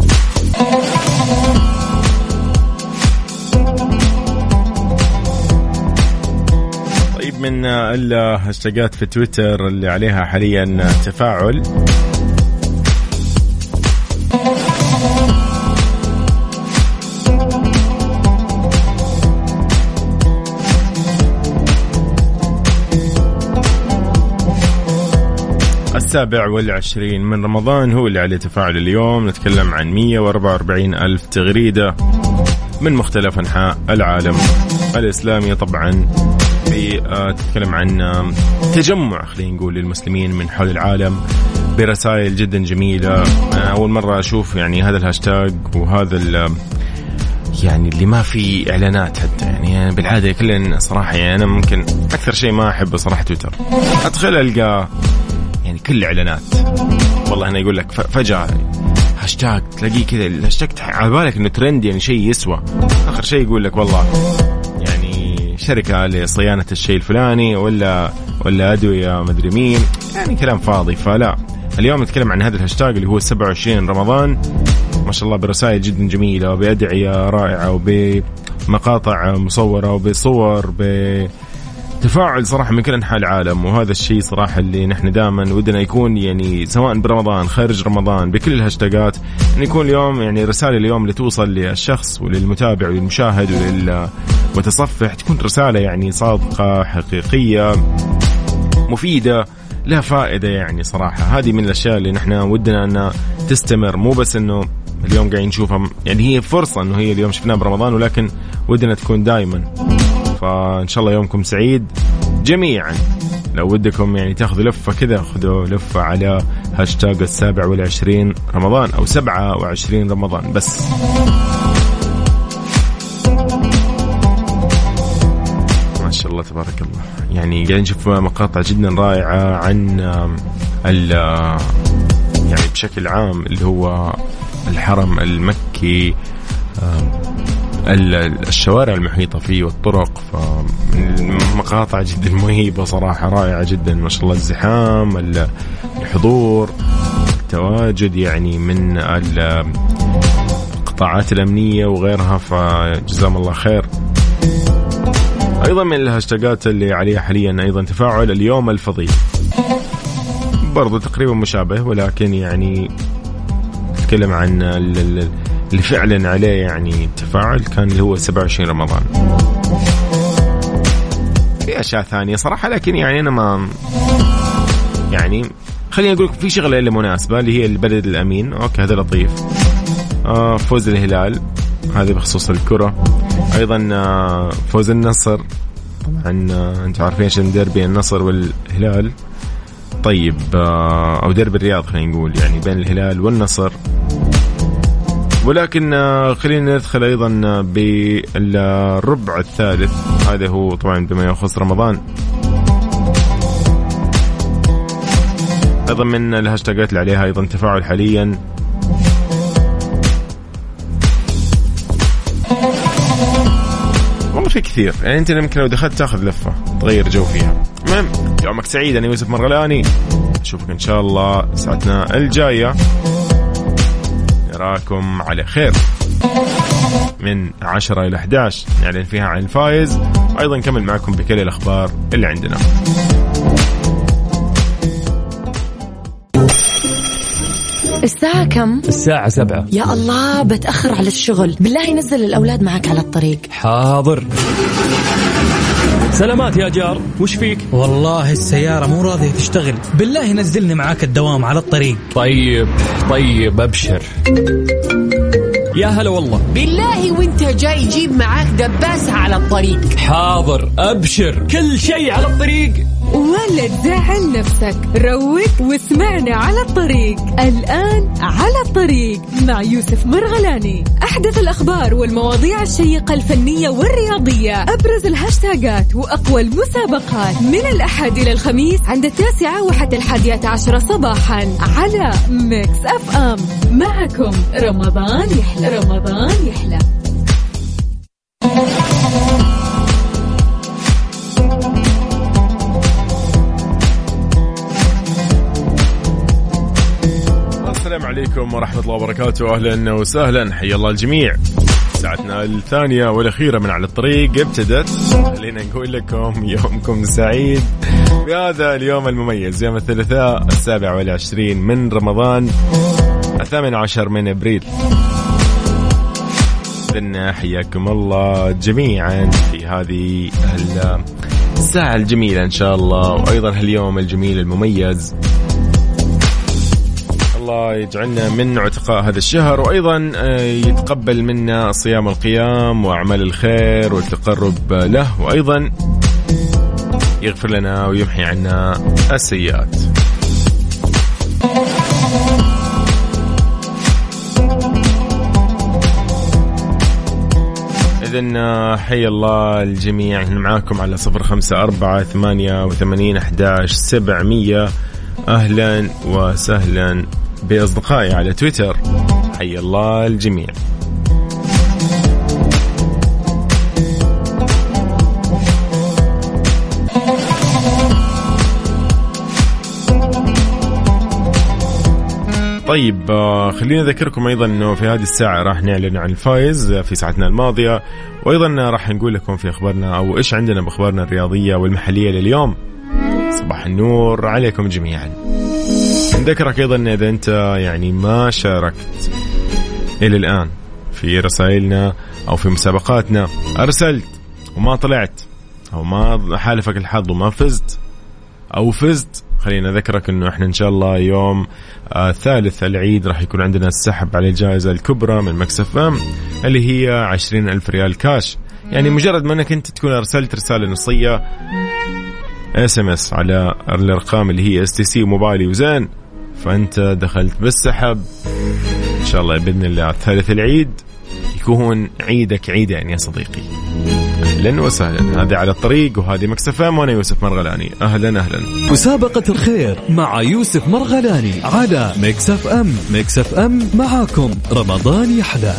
طيب، من الهاشتاجات في تويتر اللي عليها حاليا تفاعل، ال27 من رمضان هو اللي عليه تفاعل اليوم. نتكلم عن 144 ألف تغريدة من مختلف أنحاء العالم الإسلامي. طبعا تتكلم عن تجمع، خلينا نقول، للمسلمين من حول العالم برسائل جدا جميلة. أول مرة أشوف يعني هذا الهاشتاج وهذا يعني اللي ما في إعلانات حتى. يعني بالعادة كلنا صراحة، يعني أنا ممكن أكثر شيء ما أحب صراحة تويتر، أدخل ألقى يعني كل إعلانات. والله هنا يقول لك فجأة هاشتاج تلاقيه كذا، الهاشتاج على بالك إنه ترند، يعني شيء يسوى، آخر شيء يقول لك والله يعني شركة لصيانة الشيء الفلاني ولا أدوية مدري مين، يعني كلام فاضي. فلا، اليوم نتكلم عن هذا الهاشتاج اللي هو 27 رمضان، ما شاء الله، برسائل جدا جميلة وبأدعية رائعة وبمقاطع مصورة وبصور تفاعل صراحة من كل أنحاء العالم. وهذا الشيء صراحة اللي نحن دائما ودنا يكون، يعني سواء برمضان خارج رمضان، بكل الهاشتاجات، أن يكون اليوم يعني رسالة اليوم اللي توصل للشخص وللمتابع وللمشاهد وللمتصفح، تكون رسالة يعني صادقة حقيقية مفيدة لها فائدة. يعني صراحة هذه من الأشياء اللي نحن ودنا أن تستمر، مو بس أنه اليوم قاعدين نشوفها، يعني هي فرصة أنه هي اليوم شفناها برمضان، ولكن ودنا تكون دائما. فإن شاء الله يومكم سعيد جميعا. لو ودكم يعني تاخذوا لفة كذا، خذوا لفة على هاشتاج 27 رمضان أو 27 رمضان بس. ما شاء الله تبارك الله. يعني قاعدين نشوف مقاطع جدا رائعة عن يعني بشكل عام اللي هو الحرم المكي، الشوارع المحيطة فيه والطرق. فمقاطع جدا مهيبة صراحة، رائعة جدا، ما شاء الله. الزحام، الحضور، التواجد يعني من القطاعات الأمنية وغيرها، فجزاهم الله خير. أيضا من الهاشتاجات اللي عليها حاليا أيضا تفاعل اليوم الفضيل، برضو تقريبا مشابه، ولكن يعني نتكلم عن اللي فعلا عليه يعني تفاعل كان اللي هو 27 رمضان. في أشياء ثانية صراحة، لكن يعني أنا ما يعني خليني أقول في شغلة اللي مناسبة اللي هي البلد الأمين. أوكي، هذا لطيف. فوز الهلال، هذا بخصوص الكرة. أيضا فوز النصر، طبعا أنتم عارفين عشان ديربي النصر والهلال. طيب، أو ديربي الرياض خلينا نقول، يعني بين الهلال والنصر. ولكن خلينا ندخل أيضا بالربع الثالث، هذا هو طبعا بما يخص رمضان. أيضا من الهاشتاجات اللي عليها أيضا تفاعل حاليا والله في كثير. يعني أنت يمكن لو دخلت تأخذ لفة تغير جو فيها. المهم، يومك سعيد. أنا يوسف مرغلاني، أشوفك إن شاء الله ساعتنا الجاية. نراكم على خير من 10 إلى 11 نعلن فيها عن الفائز، وأيضا نكمل معكم بكل الأخبار اللي عندنا. الساعة كم؟ الساعة 7. يا الله، بتأخر على الشغل. بالله نزل الأولاد معك على الطريق. حاضر. سلامات يا جار، وش فيك؟ والله السيارة مو راضية تشتغل. بالله نزلني معاك الدوام على الطريق. طيب أبشر. يا هلا والله. بالله وانت جاي جيب معاك دباسة على الطريق. حاضر أبشر، كل شيء على الطريق. ولا تزعل نفسك، روق واسمعنا على الطريق. الآن على الطريق مع يوسف مرغلاني. أحدث الأخبار والمواضيع الشيقة الفنية والرياضية، أبرز الهاشتاجات وأقوى المسابقات، من الأحد إلى الخميس عند 9 وحتى 11 صباحا على ميكس أف أم. معكم رمضان يحلى. رمضان يحلى. السلام عليكم ورحمة الله وبركاته. أهلا وسهلا، حيا الله الجميع. ساعتنا الثانية والأخيرة من على الطريق ابتدت. خلينا نقول لكم يومكم سعيد بهذا اليوم المميز، يوم الثلاثاء 27 من رمضان 18 من أبريل. إذن حياكم الله جميعا في هذه الساعة الجميلة إن شاء الله، وأيضا هاليوم الجميل المميز. الله يجعلنا من عتقاء هذا الشهر، وأيضا يتقبل منا صيام القيام وأعمال الخير والتقرب له، وأيضا يغفر لنا ويمحي عنا السيئات. إذن حي الله الجميع. معاكم على 0548811700. أهلا وسهلا بأصدقائي على تويتر، حي الله الجميع. طيب خلينا أذكركم أيضا أنه في هذه الساعة راح نعلن عن الفائز في ساعتنا الماضية، وأيضا راح نقول لكم في أخبارنا أو إيش عندنا بأخبارنا الرياضية والمحلية لليوم. صباح النور عليكم جميعا. نذكرك أيضا إذا أنت يعني ما شاركت إلى الآن في رسائلنا أو في مسابقاتنا، أرسلت وما طلعت أو ما حالفك الحظ وما فزت أو فزت، خلينا أذكرك أنه إحنا إن شاء الله يوم ثالث العيد راح يكون عندنا السحب على الجائزة الكبرى من مكسف أم اللي هي 20,000 ريال كاش. يعني مجرد ما أنك أنت تكون أرسلت رسالة نصية SMS على الأرقام اللي هي STC وموبايلي وزين، فأنت دخلت بالسحب إن شاء الله بإذن الله. ثالث العيد يكون عيدك عيدين يا صديقي. أهلا وسهلا، هذا على الطريق وهذه مكسف أم وأنا يوسف مرغلاني. أهلا أهلا. مسابقة الخير مع يوسف مرغلاني على مكسف أم. مكسف أم معاكم رمضان يحلى.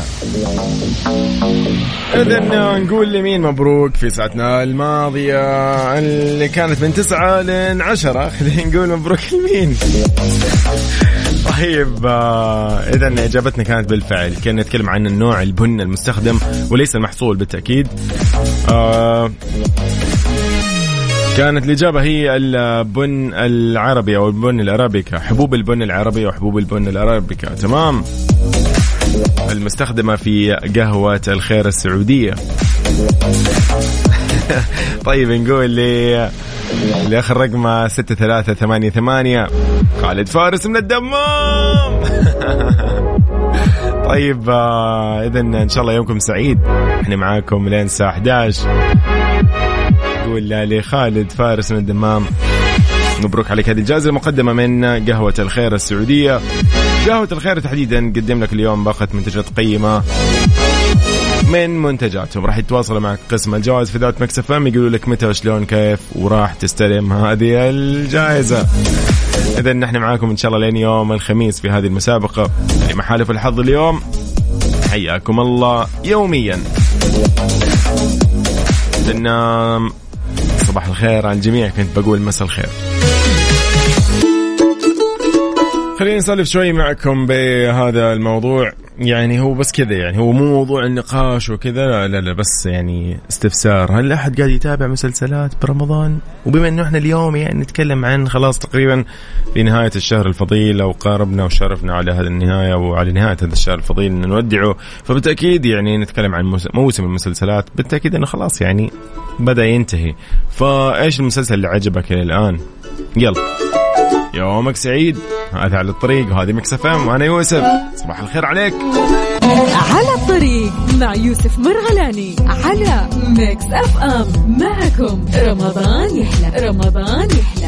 إذن نقول لمين مبروك في ساعتنا الماضية اللي كانت من 9 ل 10. خلينا نقول مبروك لمين. طيب إذن إجابتنا كانت بالفعل، كنا نتكلم عن النوع البن المستخدم وليس المحصول بالتأكيد. كانت الإجابة هي البن العربي أو البن الأرابيكا، حبوب البن العربي وحبوب البن الأرابيكا. تمام، المستخدمة في قهوة الخير السعودية. طيب نقول لي آخر رقم 6388 خالد فارس من الدمام. طيب إذن إن شاء الله يومكم سعيد، احنا معاكم لين الساعة 11. نقول لخالد فارس من الدمام مبروك عليك هذه الجائزة المقدمة من قهوة الخير السعودية. قهوة الخير تحديدا قدم لك اليوم باقة منتجات قيمة من منتجاتهم. راح يتواصلوا معك قسم الجوائز في ذات مكسف أم، يقولوا لك متى وشلون كيف وراح تستلم هذه الجائزة. إذن نحن معاكم إن شاء الله لين يوم الخميس في هذه المسابقة اللي محالف الحظ اليوم. حياكم الله يوميا. إذن صباح الخير على الجميع، كنت بقول مساء الخير. خلينا نسولف شوي معكم بهذا الموضوع. يعني هو بس كذا، يعني هو مو موضوع النقاش وكذا، لا بس يعني استفسار. هل أحد قاعد يتابع مسلسلات برمضان؟ وبما أنه إحنا اليوم يعني نتكلم عن خلاص تقريبا في نهاية الشهر الفضيل، أو قاربنا وشرفنا على هذا النهاية وعلى نهاية هذا الشهر الفضيل نودعه، فبالتأكيد يعني نتكلم عن موسم المسلسلات. بالتأكيد أنه خلاص يعني بدأ ينتهي. فإيش المسلسل اللي عجبك إلى الآن؟ يلا يومك سعيد، هذا على الطريق وهذه مكسف أم وأنا يوسف. صباح الخير عليك. على الطريق مع يوسف مرغلاني على ميكس اف ام. معكم رمضان يحلى. رمضان يحلى.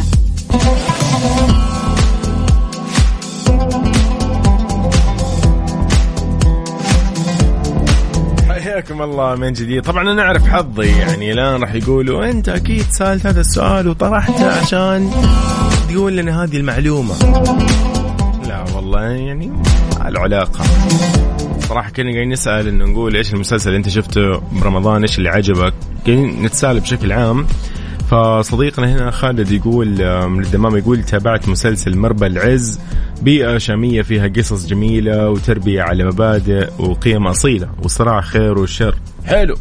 حياكم الله من جديد. طبعا أنا أعرف حظي، يعني الآن راح يقولوا أنت أكيد سألت هذا السؤال وطرحته عشان تقول لنا هذه المعلومة. لا والله يعني العلاقة صراحة كنا قاعدين نسأل إنه نقول إيش المسلسل اللي أنت شفته برمضان، إيش اللي عجبك، قاعدين نتسأل بشكل عام. فصديقنا هنا خالد يقول من الدمام، يقول تابعت مسلسل مربى العز، بيئة شامية فيها قصص جميلة وتربية على مبادئ وقيم أصيلة وصراع خير والشر. حلو.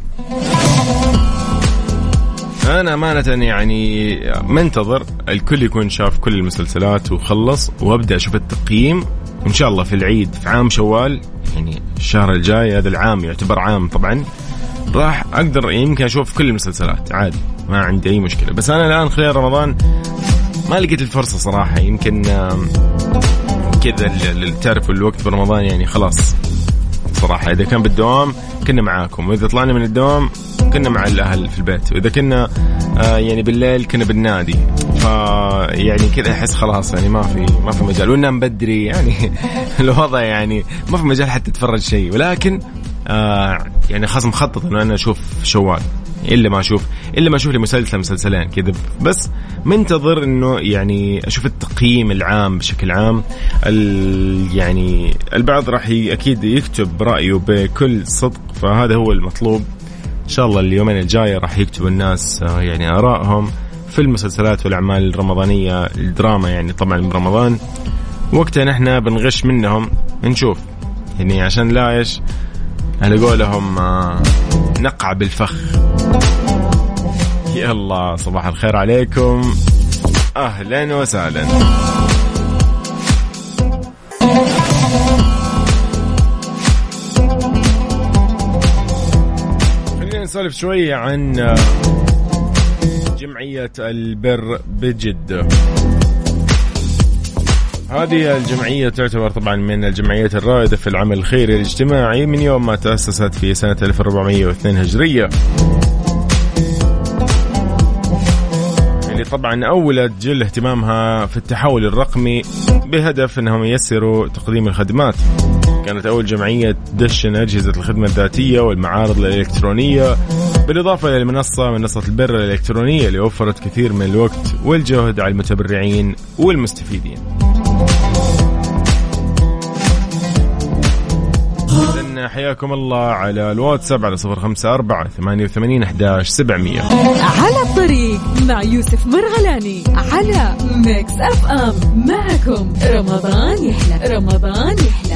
أنا أمانة يعني منتظر الكل يكون شاف كل المسلسلات وخلص، وأبدأ أشوف التقييم إن شاء الله في العيد في عام شوال، يعني الشهر الجاي، هذا العام يعتبر عام طبعا، راح أقدر يمكن أشوف كل المسلسلات عادي، ما عندي أي مشكلة. بس أنا الآن خلال رمضان ما لقيت الفرصة صراحة، يمكن كذا تعرف الوقت برمضان يعني خلاص صراحة. إذا كان بالدوام كنا معاكم، وإذا طلعنا من الدوام كنا مع الأهل في البيت، وإذا كنا يعني بالليل كنا بالنادي، يعني كذا أحس خلاص يعني ما في مجال، وننام بدري يعني الوضع يعني ما في مجال حتى تتفرج شيء. ولكن يعني خاص مخطط إنه أنا أشوف شوال، إلا ما أشوف لي مسلسلين كذا، بس منتظر إنه يعني أشوف التقييم العام بشكل عام. يعني البعض راح أكيد يكتب رأيه بكل صدق، فهذا هو المطلوب. إن شاء الله اليومين الجاية راح يكتب الناس يعني آرائهم في المسلسلات والأعمال الرمضانية، الدراما يعني طبعا برمضان وقتها نحن بنغش منهم نشوف، يعني عشان لا إيش على قولهم نقع بالفخ. يلا صباح الخير عليكم، أهلا وسهلا. خلينا نسولف شوية عن جمعية البر بجدة. هذه الجمعية تعتبر طبعا من الجمعيات الرائدة في العمل الخيري الاجتماعي من يوم ما تأسست في سنة 1402 هجرية، اللي طبعا أولت جل اهتمامها في التحول الرقمي بهدف أنهم ييسروا تقديم الخدمات. كانت أول جمعية تدشن أجهزة الخدمة الذاتية والمعارض الإلكترونية، بالإضافة إلى منصة البر الإلكترونية اللي وفرت كثير من الوقت والجهد على المتبرعين والمستفيدين. حياكم الله على الواتساب على 0548811700. على الطريق مع يوسف مرغلاني على ميكس اف ام. معكم رمضان يحلى، رمضان يحلى.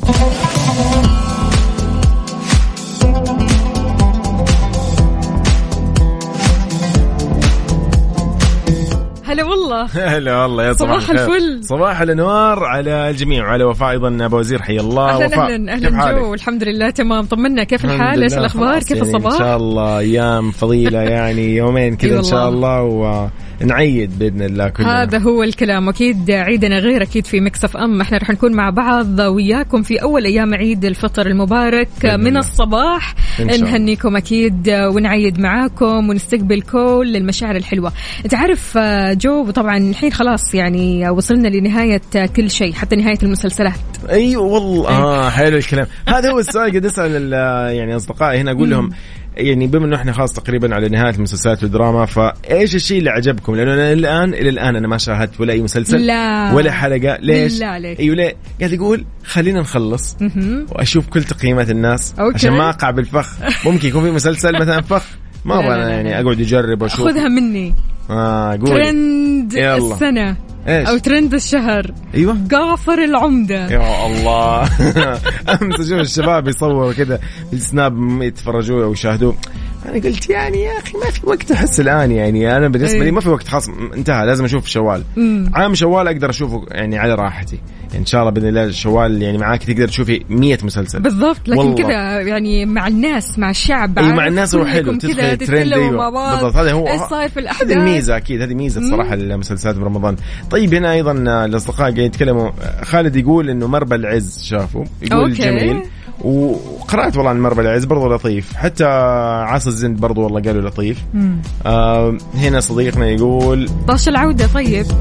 هلا والله. هلا والله يا صباح الفل، صباح الانوار على الجميع وعلى وفاء ايضا ابو وزير، حي الله. اهلا جو، الحمد لله تمام. طمنا كيف الحال، ايش الاخبار، كيف الصباح؟ ان شاء الله ايام فضيله يعني يومين كذا ان شاء الله، ونعيد باذن الله كلنا. هذا هو الكلام، اكيد عيدنا غير اكيد في ميكس اف ام. احنا رح نكون مع بعض وياكم في اول ايام عيد الفطر المبارك من الصباح، نهنيكم اكيد ونعيد معاكم ونستقبل كل المشاعر الحلوه. تعرف جو طبعا الحين خلاص يعني وصلنا لنهاية كل شيء، حتى نهاية المسلسلات. أيوة والله. حلو الكلام. هذا هو السؤال قد أسأل يعني أصدقائي هنا، أقول لهم يعني بما أنه إحنا خلاص تقريبا على نهاية المسلسلات والدراما، فإيش الشيء اللي عجبكم؟ لأنه أنا إلى الآن أنا ما شاهدت ولا أي مسلسل ولا حلقة. ليش؟ أيوة ليه؟ قاعد يقول خلينا نخلص وأشوف كل تقييمات الناس عشان ما أقع بالفخ. ممكن يكون في مسلسل مثلا فخ ما أبغى يعني أقعد أجرب وأشوف. خذها مني. ترند السنة إيش؟ أو ترند الشهر. أيوة جعفر العمدة. يا الله. أمس أشوف الشباب يصوروا كذا بالسناب يتفرجوا أو يشاهدوا، أنا قلت يعني يا أخي ما في وقت أحس الآن، يعني أنا بالنسبة لي ما في وقت خاص، انتهى، لازم أشوف شوال. عام شوال أقدر أشوفه يعني على راحتي إن شاء الله بإذن الله. شوال يعني معاك تقدر تشوفي 100 مسلسل بالضبط، لكن كذا يعني مع الناس مع الشعب. أيوة مع الناس هو حلو، تدخل الترند. أيوة بالضبط، هذا هو هذه الميزة أكيد، هذه ميزة صراحة المسلسلات برمضان. طيب هنا أيضا الأصدقاء قاعد يتكلموا، خالد يقول إنه مربى العز شافه، يقول جميل، وقرأت والله عن مربى العز برضو لطيف، حتى عاص الزند برضو والله قالوا لطيف. هنا صديقنا يقول طاش العودة.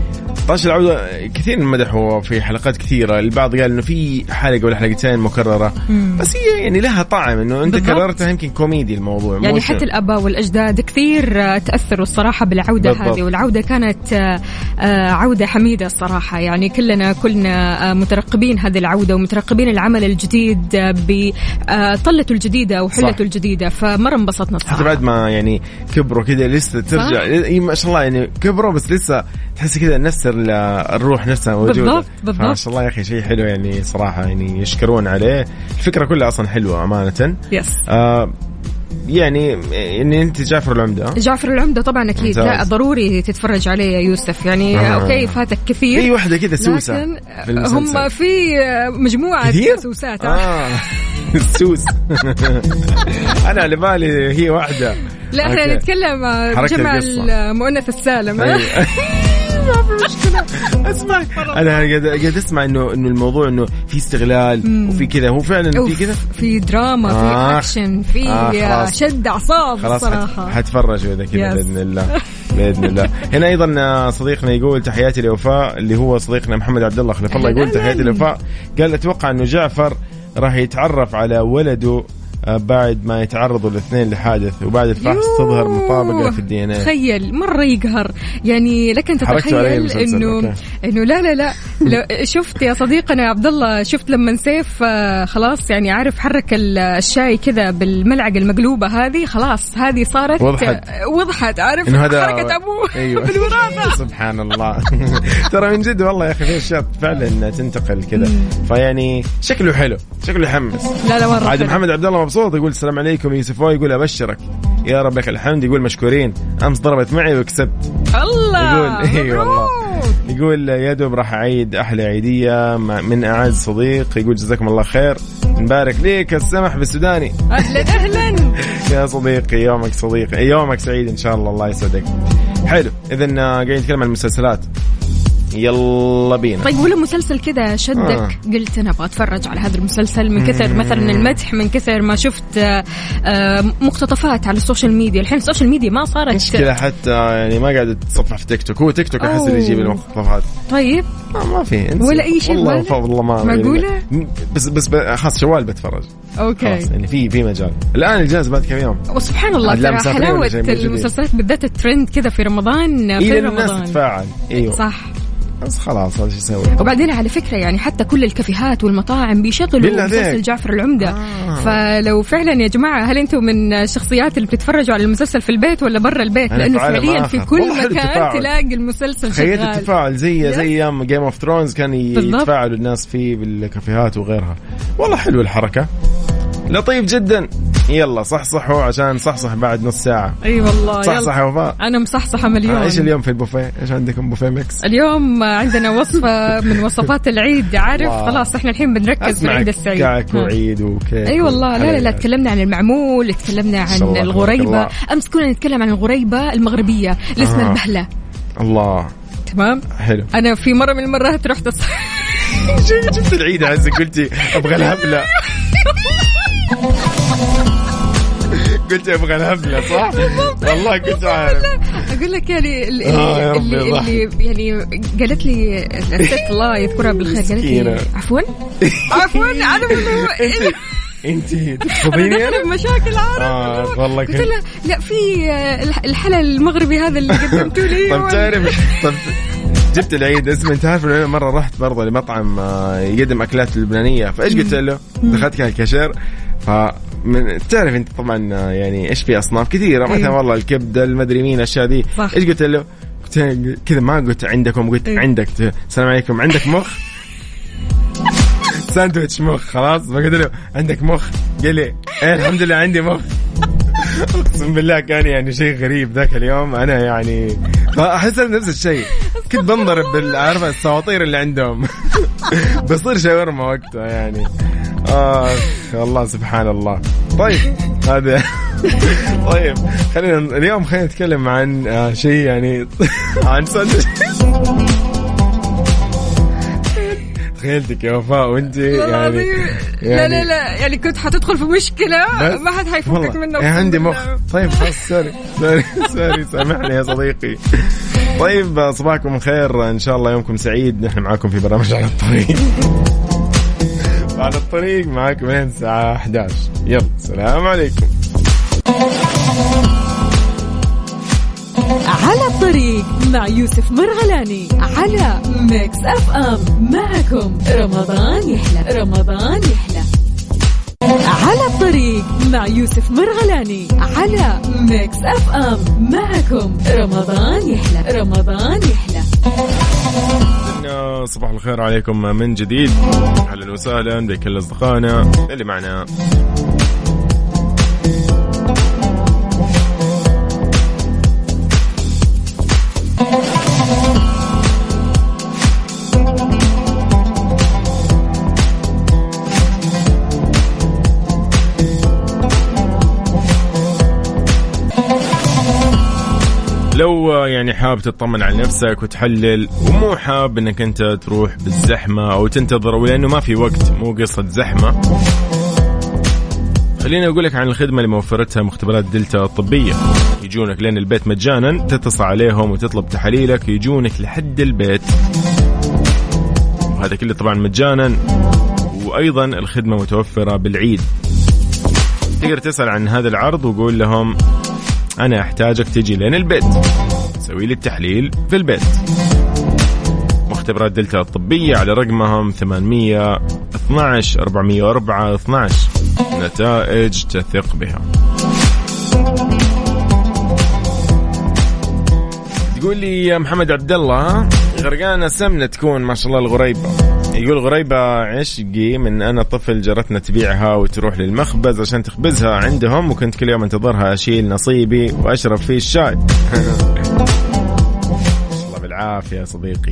طاش العودة كثير مدحوا في حلقات كثيرة. البعض قال إنه في حلقة ولا حلقتين مكررة بس هي يعني لها طعم إنه أنت كررتها يمكن كوميدي الموضوع يعني حتى الآباء والأجداد كثير تأثروا الصراحة بالعودة هذه. والعودة كانت عودة حميدة الصراحة. يعني كلنا مترقبين هذه العودة ومترقبين العمل الجديد بطلته الجديدة وحلته الجديدة. فمرة انبسطنا الصراحة. حتى بعد ما يعني كبروا كده لسه ترجع ما شاء الله يعني كبروا بس لسه تحس كده نفس الروح نفسها موجودة. بالضبط. ما شاء الله يا أخي شيء حلو يعني صراحة يعني يشكرون عليه. الفكرة كلها أصلا حلوة أمانة. يس. يعني إن أنت جعفر العمدة طبعا أكيد ممتاز. لا ضروري تتفرج عليه يا يوسف يعني أوكي فاتك كثير. في واحدة كده سوسة هم في مجموعة سوسات السوس أنا على بالي هي واحدة. لا احنا نتكلم جمع المؤنث السالم. اسمع انا قاعد اسمع انه الموضوع انه في استغلال وفي كذا. هو فعلا في كذا في دراما في اكشن في شد اعصاب الصراحه. حتفرج هذا كذا باذن الله. هنا ايضا صديقنا يقول تحياتي لوفاء اللي هو صديقنا محمد عبد الله خلف الله. يقول تحياتي لوفاء. قال اتوقع انه جعفر راح يتعرف على ولده بعد ما يتعرضوا الاثنين لحادث وبعد الفحص تظهر مطابقة في الدي ان اي. تخيل مرة يقهر يعني. لك أن تتخيل إنه لا شفت يا صديقنا عبد الله شفت لما سيف خلاص يعني عارف حرك الشاي كذا بالملعقة المقلوبة هذه خلاص هذه صارت وضحت عارف حركة أبوه أيوة. بالوراثة. سبحان الله. ترى من جد والله يا أخي في أشياء فعلا تنتقل كذا. فيعني شكله حلو شكله يحمس. لا مرة عاد محمد عبد الله مبسوط. يقول السلام عليكم يوسف. يقول أبشرك يا رب لك الحمد. يقول مشكورين أمس ضربت معي وكسبت. الله. يقول إيه والله. يقول يا دوب راح أعيد أحلى عيدية من أعز صديق. يقول جزاكم الله خير نبارك ليك السمح بالسوداني. أهلا يا صديقي يومك سعيد إن شاء الله. الله يسعدك. حلو إذن قاعدين نتكلم عن المسلسلات. يلا بينا. طيب ولا مسلسل كذا شدك قلت أنا أبغى أتفرج على هذا المسلسل من كثر مثلا المدح من كثر ما شفت مقتطفات على السوشيال ميديا. الحين السوشيال ميديا ما صارت مشكلة حتى يعني ما قاعدة تتصفح في تيك توك. هو تيك توك أحس اللي يجيب المقتطفات. طيب ما في ولا أي شيء والله ما معقولة. بس خاص شوال بتفرج. أوكي يعني في مجال الآن الجاز بعد كم يوم. وسبحان الله ترى حلاوة المسلسلات بالذات الترند كذا في رمضان. في رمضان الناس تتفاعل. أيوه صح. بس خلاص هذا شو يسوي. وبعدين على فكرة يعني حتى كل الكافيهات والمطاعم بيشغلوا مسلسل جعفر العمدة. فلو فعلا يا جماعة هل أنتم من الشخصيات اللي بتتفرجوا على المسلسل في البيت ولا برا البيت؟ لأنه فعليا في كل مكان تلاقي المسلسل شغال. خيال التفاعل زي أيام جيم اوف ثرونز كان يتفاعلوا الناس فيه بالكافيهات وغيرها. والله حلو الحركة لطيف جدا. يلا صحصحوا عشان صحصح بعد نص ساعة. أي والله صحصح يا وفاء. أنا مصحصحة مليون. إيش اليوم في البوفيه؟ إيش عندكم بوفيه ميكس؟ اليوم عندنا وصفة من وصفات العيد عارف. خلاص إحنا الحين بنركز في العيد السعيد. كعك وعيد وكيك. أي والله لا تكلمنا عن المعمول تكلمنا عن الغريبة. أمس كنا نتكلم عن الغريبة المغربية اللي اسمها البهلة. الله تمام حلو. أنا في مرة من المرات رحت جبت العيد عزك قلتي أبغى الهبلة. قلت أبغى الهبلة صح؟ والله كنت عارف. أقول لك يعني اللي يعني قالت لي الست الله يذكرها بالخير قالت لي عفوا أنا انت تخبيني انا بمشاكل عارف. والله قلت لها لا في الحلال المغربي هذا اللي قدمتوا لي. طب تعرف جبت العيد اسمه انت عارف مرة رحت برضه لمطعم يقدم أكلات لبنانية. فإيش قلت له؟ دخلت كان الكاشير تعرف انت طبعا يعني ايش في اصناف كثيره مثلا والله الكبده المدري مين الاشياء دي. ايش قلت له؟ كذا ما قلت عندكم قلت عندك. السلام عليكم عندك مخ ساندويتش مخ. خلاص ما قلت له عندك مخ قال لي ايه الحمد لله عندي مخ. اقسم بالله كان يعني شيء غريب ذاك اليوم. انا يعني احس نفس الشيء كنت بنضرب بالعارفه السواطير اللي عندهم. بصير شاورما وقتها يعني. والله سبحان الله. طيب هذا طيب خلينا نتكلم عن شيء يعني عن ساندويتش. تخيلتك يا وفاء وانت يعني لا يعني كنت حتدخل في مشكلة ما حد حيفكك منه. عندي مخ. طيب خلاص سوري سامحني يا صديقي. طيب صباحكم خير، إن شاء الله يومكم سعيد. نحن معاكم في برنامج على الطريق. على الطريق معاكم من الساعة 11. يلا السلام عليكم. على الطريق مع يوسف مرغلاني على ميكس اف ام. معكم رمضان يحلى، رمضان يحلى. على الطريق مع يوسف مرغلاني على ميكس اف ام. معكم رمضان يحلى، رمضان يحلى. صباح الخير عليكم من جديد. اهلا وسهلا بكل اصدقائنا اللي معنا. لو يعني حاب تطمن على نفسك وتحلل ومو حاب انك انت تروح بالزحمة او تنتظر، ولانه ما في وقت، مو قصة زحمة، خليني اقول لك عن الخدمة اللي موفرتها مختبرات دلتا الطبية. يجونك لين البيت مجانا، تتصل عليهم وتطلب تحاليلك، يجونك لحد البيت، وهذا كله طبعا مجانا. وايضا الخدمة متوفرة بالعيد. تقدر تسأل عن هذا العرض وقول لهم أنا أحتاجك تجي لين البيت تسوي لي التحليل في البيت. مختبرات دلتا الطبية على رقمهم 812 404 12. نتائج تثق بها. تقول لي يا محمد عبد الله غرقانة سمنة تكون ما شاء الله الغريبة. يقول غريبة عشقي من أنا طفل جرتنا تبيعها وتروح للمخبز عشان تخبزها عندهم، وكنت كل يوم انتظرها أشيل نصيبي وأشرب فيه الشاي. الله بالعافية يا صديقي.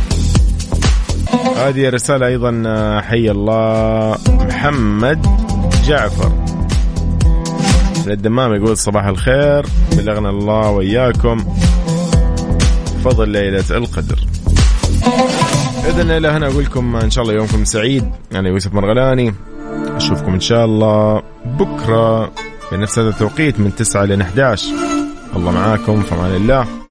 هذه رسالة أيضا حي الله محمد جعفر للدمام، يقول صباح الخير، بلغنا الله وإياكم فضل ليلة القدر. إذن إلى هنا أقول لكم إن شاء الله يومكم سعيد. أنا يوسف مرغلاني، أشوفكم إن شاء الله بكرة في نفس هذا التوقيت من 9 ل 11. الله معاكم، فمان الله.